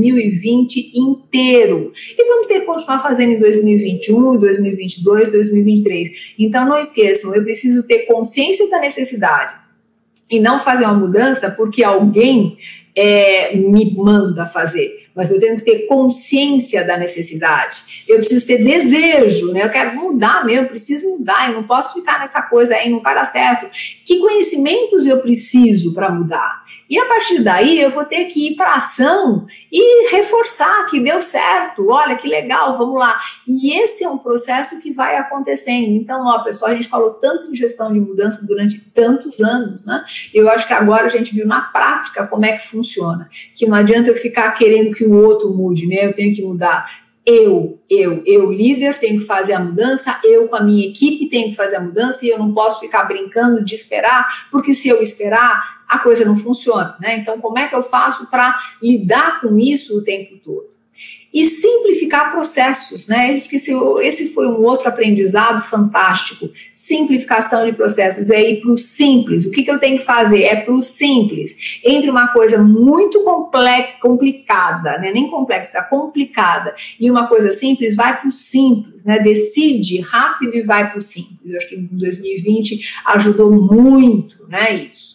2020 inteiro. E vamos ter que continuar fazendo em 2021, 2022, 2023. Então, não esqueçam, eu preciso ter consciência da necessidade e não fazer uma mudança porque alguém me manda fazer. Mas eu tenho que ter consciência da necessidade. Eu preciso ter desejo, né? Eu quero mudar mesmo, preciso mudar, eu não posso ficar nessa coisa aí, não vai dar certo. Que conhecimentos eu preciso para mudar? E a partir daí eu vou ter que ir para a ação e reforçar que deu certo, olha que legal, vamos lá. E esse é um processo que vai acontecendo. Então, pessoal, a gente falou tanto em gestão de mudança durante tantos anos, né? Eu acho que agora a gente viu na prática como é que funciona. Que não adianta eu ficar querendo que o outro mude, né? Eu tenho que mudar. Eu, líder, tenho que fazer a mudança, eu com a minha equipe tenho que fazer a mudança e eu não posso ficar brincando de esperar, porque se eu esperar, a coisa não funciona, né? Então, como é que eu faço para lidar com isso o tempo todo? E simplificar processos, né? Esse foi um outro aprendizado fantástico. Simplificação de processos, é ir para o simples. O que eu tenho que fazer? É para o simples. Entre uma coisa muito complicada, né? Nem complexa, complicada, e uma coisa simples, vai para o simples, né? Decide rápido e vai para o simples. Eu acho que em 2020 ajudou muito, né? Isso.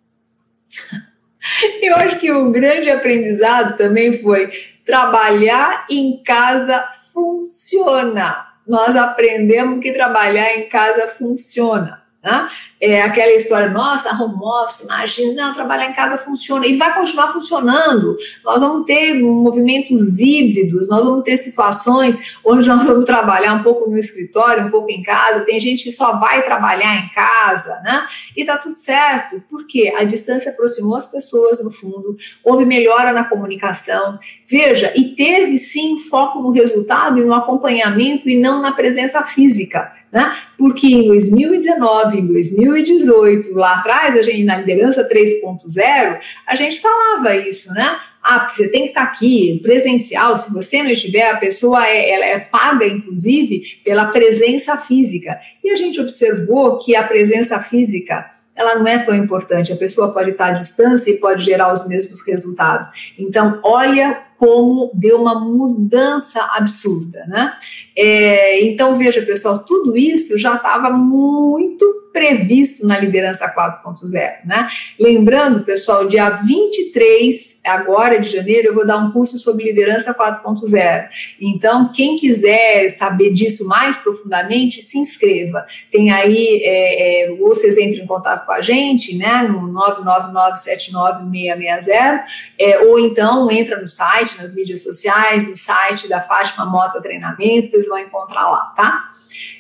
Eu acho que o grande aprendizado também foi trabalhar em casa funciona. Nós aprendemos que trabalhar em casa funciona. né? Aquela história, nossa, home office, imagina, não, trabalhar em casa funciona, e vai continuar funcionando. Nós vamos ter movimentos híbridos, nós vamos ter situações onde nós vamos trabalhar um pouco no escritório, um pouco em casa, tem gente que só vai trabalhar em casa, né? E tá tudo certo, porque a distância aproximou as pessoas, no fundo, houve melhora na comunicação, veja, e teve sim foco no resultado e no acompanhamento e não na presença física, né? Porque em 2019, em 2018, lá atrás, a gente na liderança 3.0, a gente falava isso, né? Porque você tem que estar aqui, presencial, se você não estiver, a pessoa ela é paga, inclusive, pela presença física. E a gente observou que a presença física, ela não é tão importante, a pessoa pode estar à distância e pode gerar os mesmos resultados. Então, olha como deu uma mudança absurda, né? Então, veja, pessoal, tudo isso já estava muito previsto na liderança 4.0, né? Lembrando, pessoal, dia 23 agora de janeiro eu vou dar um curso sobre liderança 4.0. Então, quem quiser saber disso mais profundamente, se inscreva. Tem aí, vocês entrem em contato com a gente, né? No 999796660, ou então entra no site, nas mídias sociais, no site da Fátima Mota Treinamento, vocês vão encontrar lá, tá?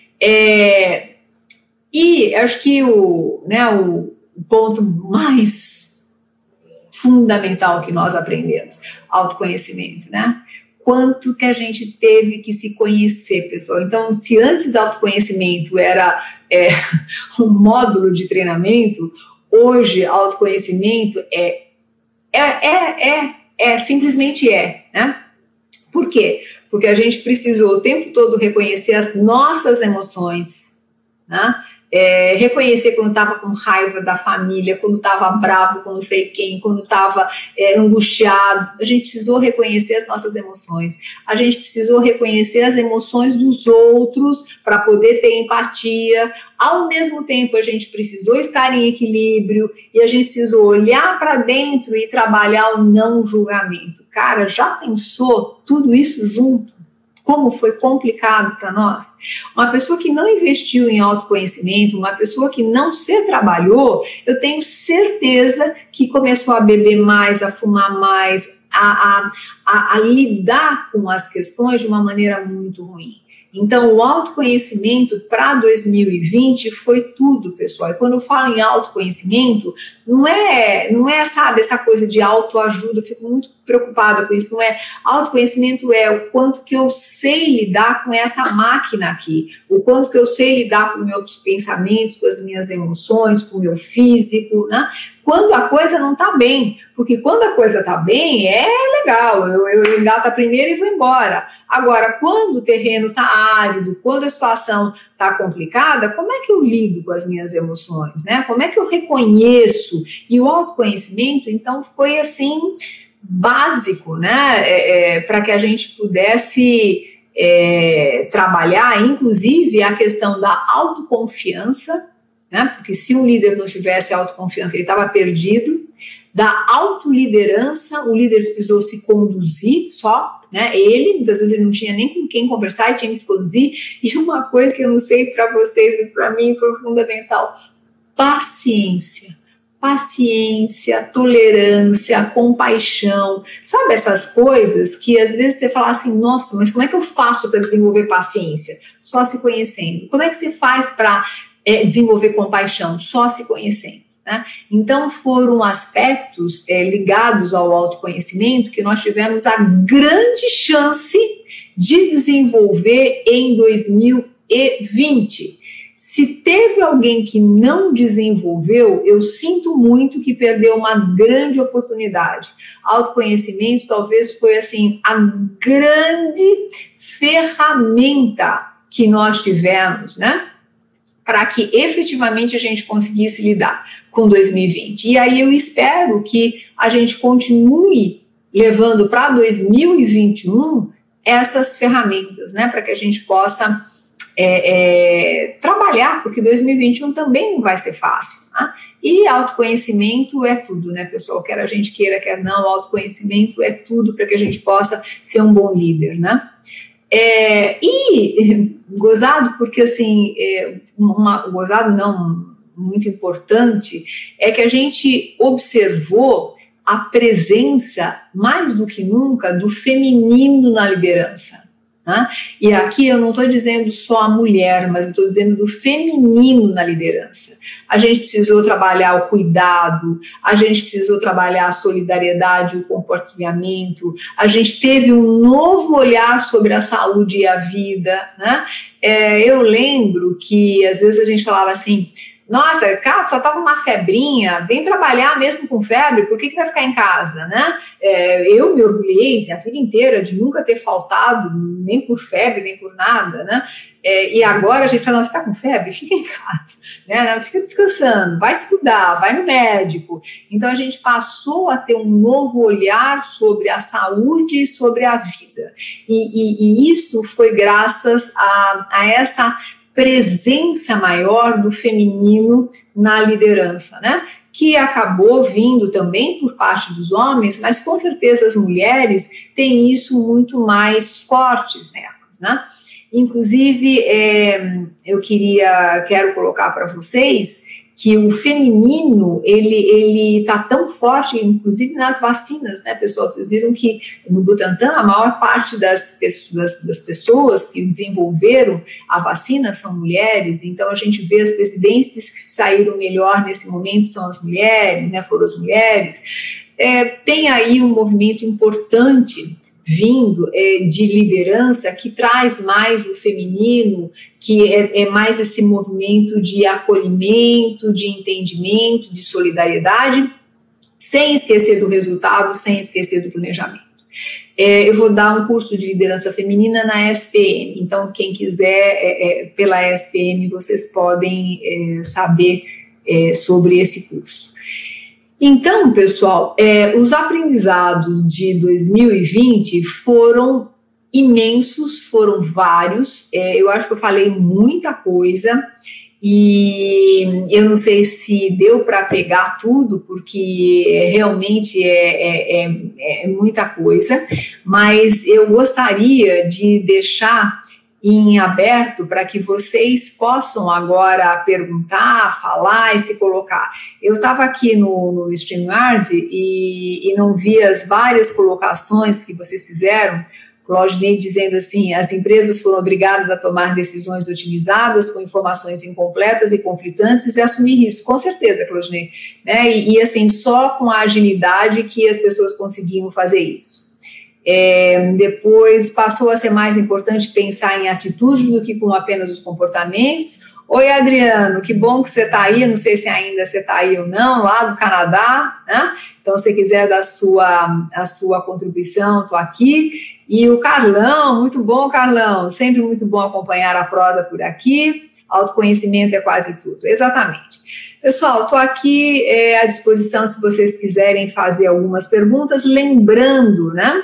E acho que o ponto mais fundamental que nós aprendemos, autoconhecimento, né? Quanto que a gente teve que se conhecer, pessoal. Então, se antes autoconhecimento era um módulo de treinamento, hoje autoconhecimento simplesmente né? Por quê? Porque a gente precisou o tempo todo reconhecer as nossas emoções, né? Reconhecer quando estava com raiva da família, quando estava bravo com não sei quem, quando estava angustiado. A gente precisou reconhecer as nossas emoções, a gente precisou reconhecer as emoções dos outros para poder ter empatia. Ao mesmo tempo, a gente precisou estar em equilíbrio e a gente precisou olhar para dentro e trabalhar o não julgamento. Cara, já pensou tudo isso junto? Como foi complicado para nós? Uma pessoa que não investiu em autoconhecimento, uma pessoa que não se trabalhou, eu tenho certeza que começou a beber mais, a fumar mais, a lidar com as questões de uma maneira muito ruim. Então, o autoconhecimento para 2020 foi tudo, pessoal. E quando eu falo em autoconhecimento, não é, sabe, essa coisa de autoajuda, eu fico muito preocupada com isso, não é. Autoconhecimento é o quanto que eu sei lidar com essa máquina aqui, o quanto que eu sei lidar com meus pensamentos, com as minhas emoções, com o meu físico, né? Quando a coisa não está bem, porque quando a coisa está bem, é legal, eu engato a primeira e vou embora. Agora, quando o terreno está árido, quando a situação está complicada, como é que eu lido com as minhas emoções, né? Como é que eu reconheço? E o autoconhecimento, então, foi assim, básico, né? Para que a gente pudesse trabalhar, inclusive, a questão da autoconfiança, né? Porque se um líder não tivesse autoconfiança, ele estava perdido. Da autoliderança, o líder precisou se conduzir só, né? Ele, muitas vezes, ele não tinha nem com quem conversar e tinha que se conduzir. E uma coisa que eu não sei para vocês, mas para mim foi fundamental: paciência. Paciência, tolerância, compaixão. Sabe essas coisas que às vezes você fala assim, nossa, mas como é que eu faço para desenvolver paciência? Só se conhecendo. Como é que você faz para desenvolver compaixão? Só se conhecendo. Né? Então foram aspectos ligados ao autoconhecimento que nós tivemos a grande chance de desenvolver em 2020. Se teve alguém que não desenvolveu, eu sinto muito que perdeu uma grande oportunidade. Autoconhecimento talvez foi assim a grande ferramenta que nós tivemos, né? Para que efetivamente a gente conseguisse lidar com 2020. E aí eu espero que a gente continue levando para 2021 essas ferramentas, né, para que a gente possa trabalhar, porque 2021 também não vai ser fácil, né? E autoconhecimento é tudo, né, pessoal? Quer a gente queira, quer não, autoconhecimento é tudo para que a gente possa ser um bom líder, né? E gozado, porque assim, gozado não, muito importante é que a gente observou a presença, mais do que nunca, do feminino na liderança. Né? E aqui eu não estou dizendo só a mulher, mas eu estou dizendo do feminino na liderança. A gente precisou trabalhar o cuidado, a gente precisou trabalhar a solidariedade, o compartilhamento, a gente teve um novo olhar sobre a saúde e a vida. Né? Eu lembro que às vezes a gente falava assim, nossa, cara, só tá com uma febrinha, vem trabalhar mesmo com febre, por que vai ficar em casa, né? Eu me orgulhei a vida inteira de nunca ter faltado, nem por febre, nem por nada, né? E agora a gente fala, você tá com febre? Fica em casa, né? Fica descansando, vai se cuidar, vai no médico. Então a gente passou a ter um novo olhar sobre a saúde e sobre a vida. E isso foi graças a essa presença maior do feminino na liderança, né? Que acabou vindo também por parte dos homens, mas com certeza as mulheres têm isso muito mais fortes nelas, né? Inclusive, eu quero colocar para vocês que o feminino, ele tá tão forte, inclusive nas vacinas, né, pessoal? Vocês viram que no Butantan, a maior parte das pessoas que desenvolveram a vacina são mulheres, então a gente vê as presidências que saíram melhor nesse momento são as mulheres, né, foram as mulheres. Tem aí um movimento importante vindo de liderança que traz mais o feminino, que é mais esse movimento de acolhimento, de entendimento, de solidariedade, sem esquecer do resultado, sem esquecer do planejamento. Eu vou dar um curso de liderança feminina na SPM, então quem quiser, pela SPM, vocês podem saber sobre esse curso. Então, pessoal, os aprendizados de 2020 foram imensos, foram vários. Eu acho que eu falei muita coisa e eu não sei se deu para pegar tudo, porque realmente é muita coisa, mas eu gostaria de deixar em aberto para que vocês possam agora perguntar, falar e se colocar. Eu estava aqui no StreamYard e não vi as várias colocações que vocês fizeram. Claudinei dizendo assim, as empresas foram obrigadas a tomar decisões otimizadas com informações incompletas e conflitantes e assumir risco. Com certeza, Claudinei. Né? E assim, só com a agilidade que as pessoas conseguiam fazer isso. Depois passou a ser mais importante pensar em atitudes do que com apenas os comportamentos. Oi, Adriano, que bom que você está aí, não sei se ainda você está aí ou não, lá do Canadá, né? Então, se você quiser dar a sua contribuição, estou aqui. E o Carlão, muito bom, Carlão, sempre muito bom acompanhar a prosa por aqui, autoconhecimento é quase tudo, exatamente. Pessoal, estou aqui à disposição se vocês quiserem fazer algumas perguntas, lembrando, né,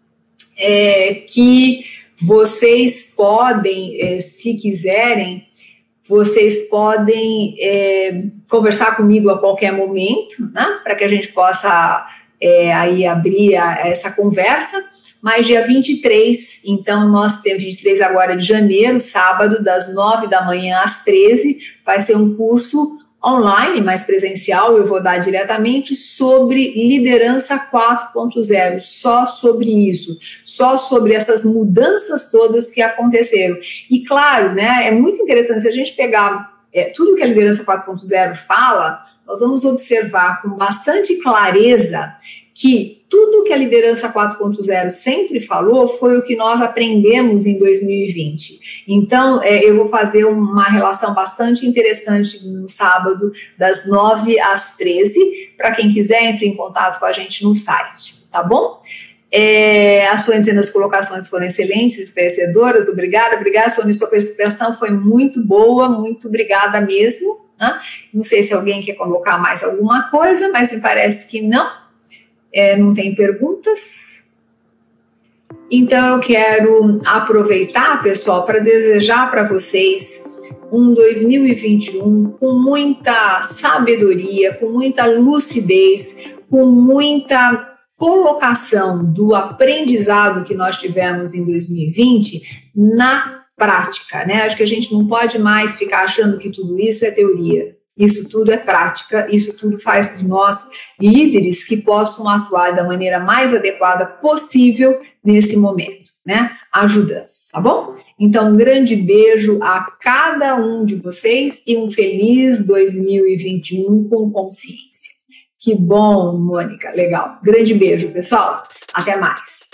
que vocês podem, se quiserem, vocês podem conversar comigo a qualquer momento, né, para que a gente possa aí abrir essa conversa, mas dia 23, então nós temos 23 agora de janeiro, sábado, das 9 da manhã às 13, vai ser um curso online, mais presencial, eu vou dar diretamente sobre liderança 4.0, só sobre isso, só sobre essas mudanças todas que aconteceram. E claro, né, é muito interessante, se a gente pegar tudo que a liderança 4.0 fala, nós vamos observar com bastante clareza que tudo que a liderança 4.0 sempre falou foi o que nós aprendemos em 2020. Então, eu vou fazer uma relação bastante interessante no sábado, das 9 às 13, para quem quiser, entre em contato com a gente no site, tá bom? A Sônia dizendo as colocações foram excelentes, esclarecedoras, obrigada, Sônia, sua participação foi muito boa, muito obrigada mesmo, né? Não sei se alguém quer colocar mais alguma coisa, mas me parece que não. Não tem perguntas? Então eu quero aproveitar, pessoal, para desejar para vocês um 2021 com muita sabedoria, com muita lucidez, com muita colocação do aprendizado que nós tivemos em 2020 na prática, né? Acho que a gente não pode mais ficar achando que tudo isso é teoria. Isso tudo é prática, isso tudo faz de nós líderes que possam atuar da maneira mais adequada possível nesse momento, né? Ajudando, tá bom? Então, um grande beijo a cada um de vocês e um feliz 2021 com consciência. Que bom, Mônica, legal. Grande beijo, pessoal. Até mais.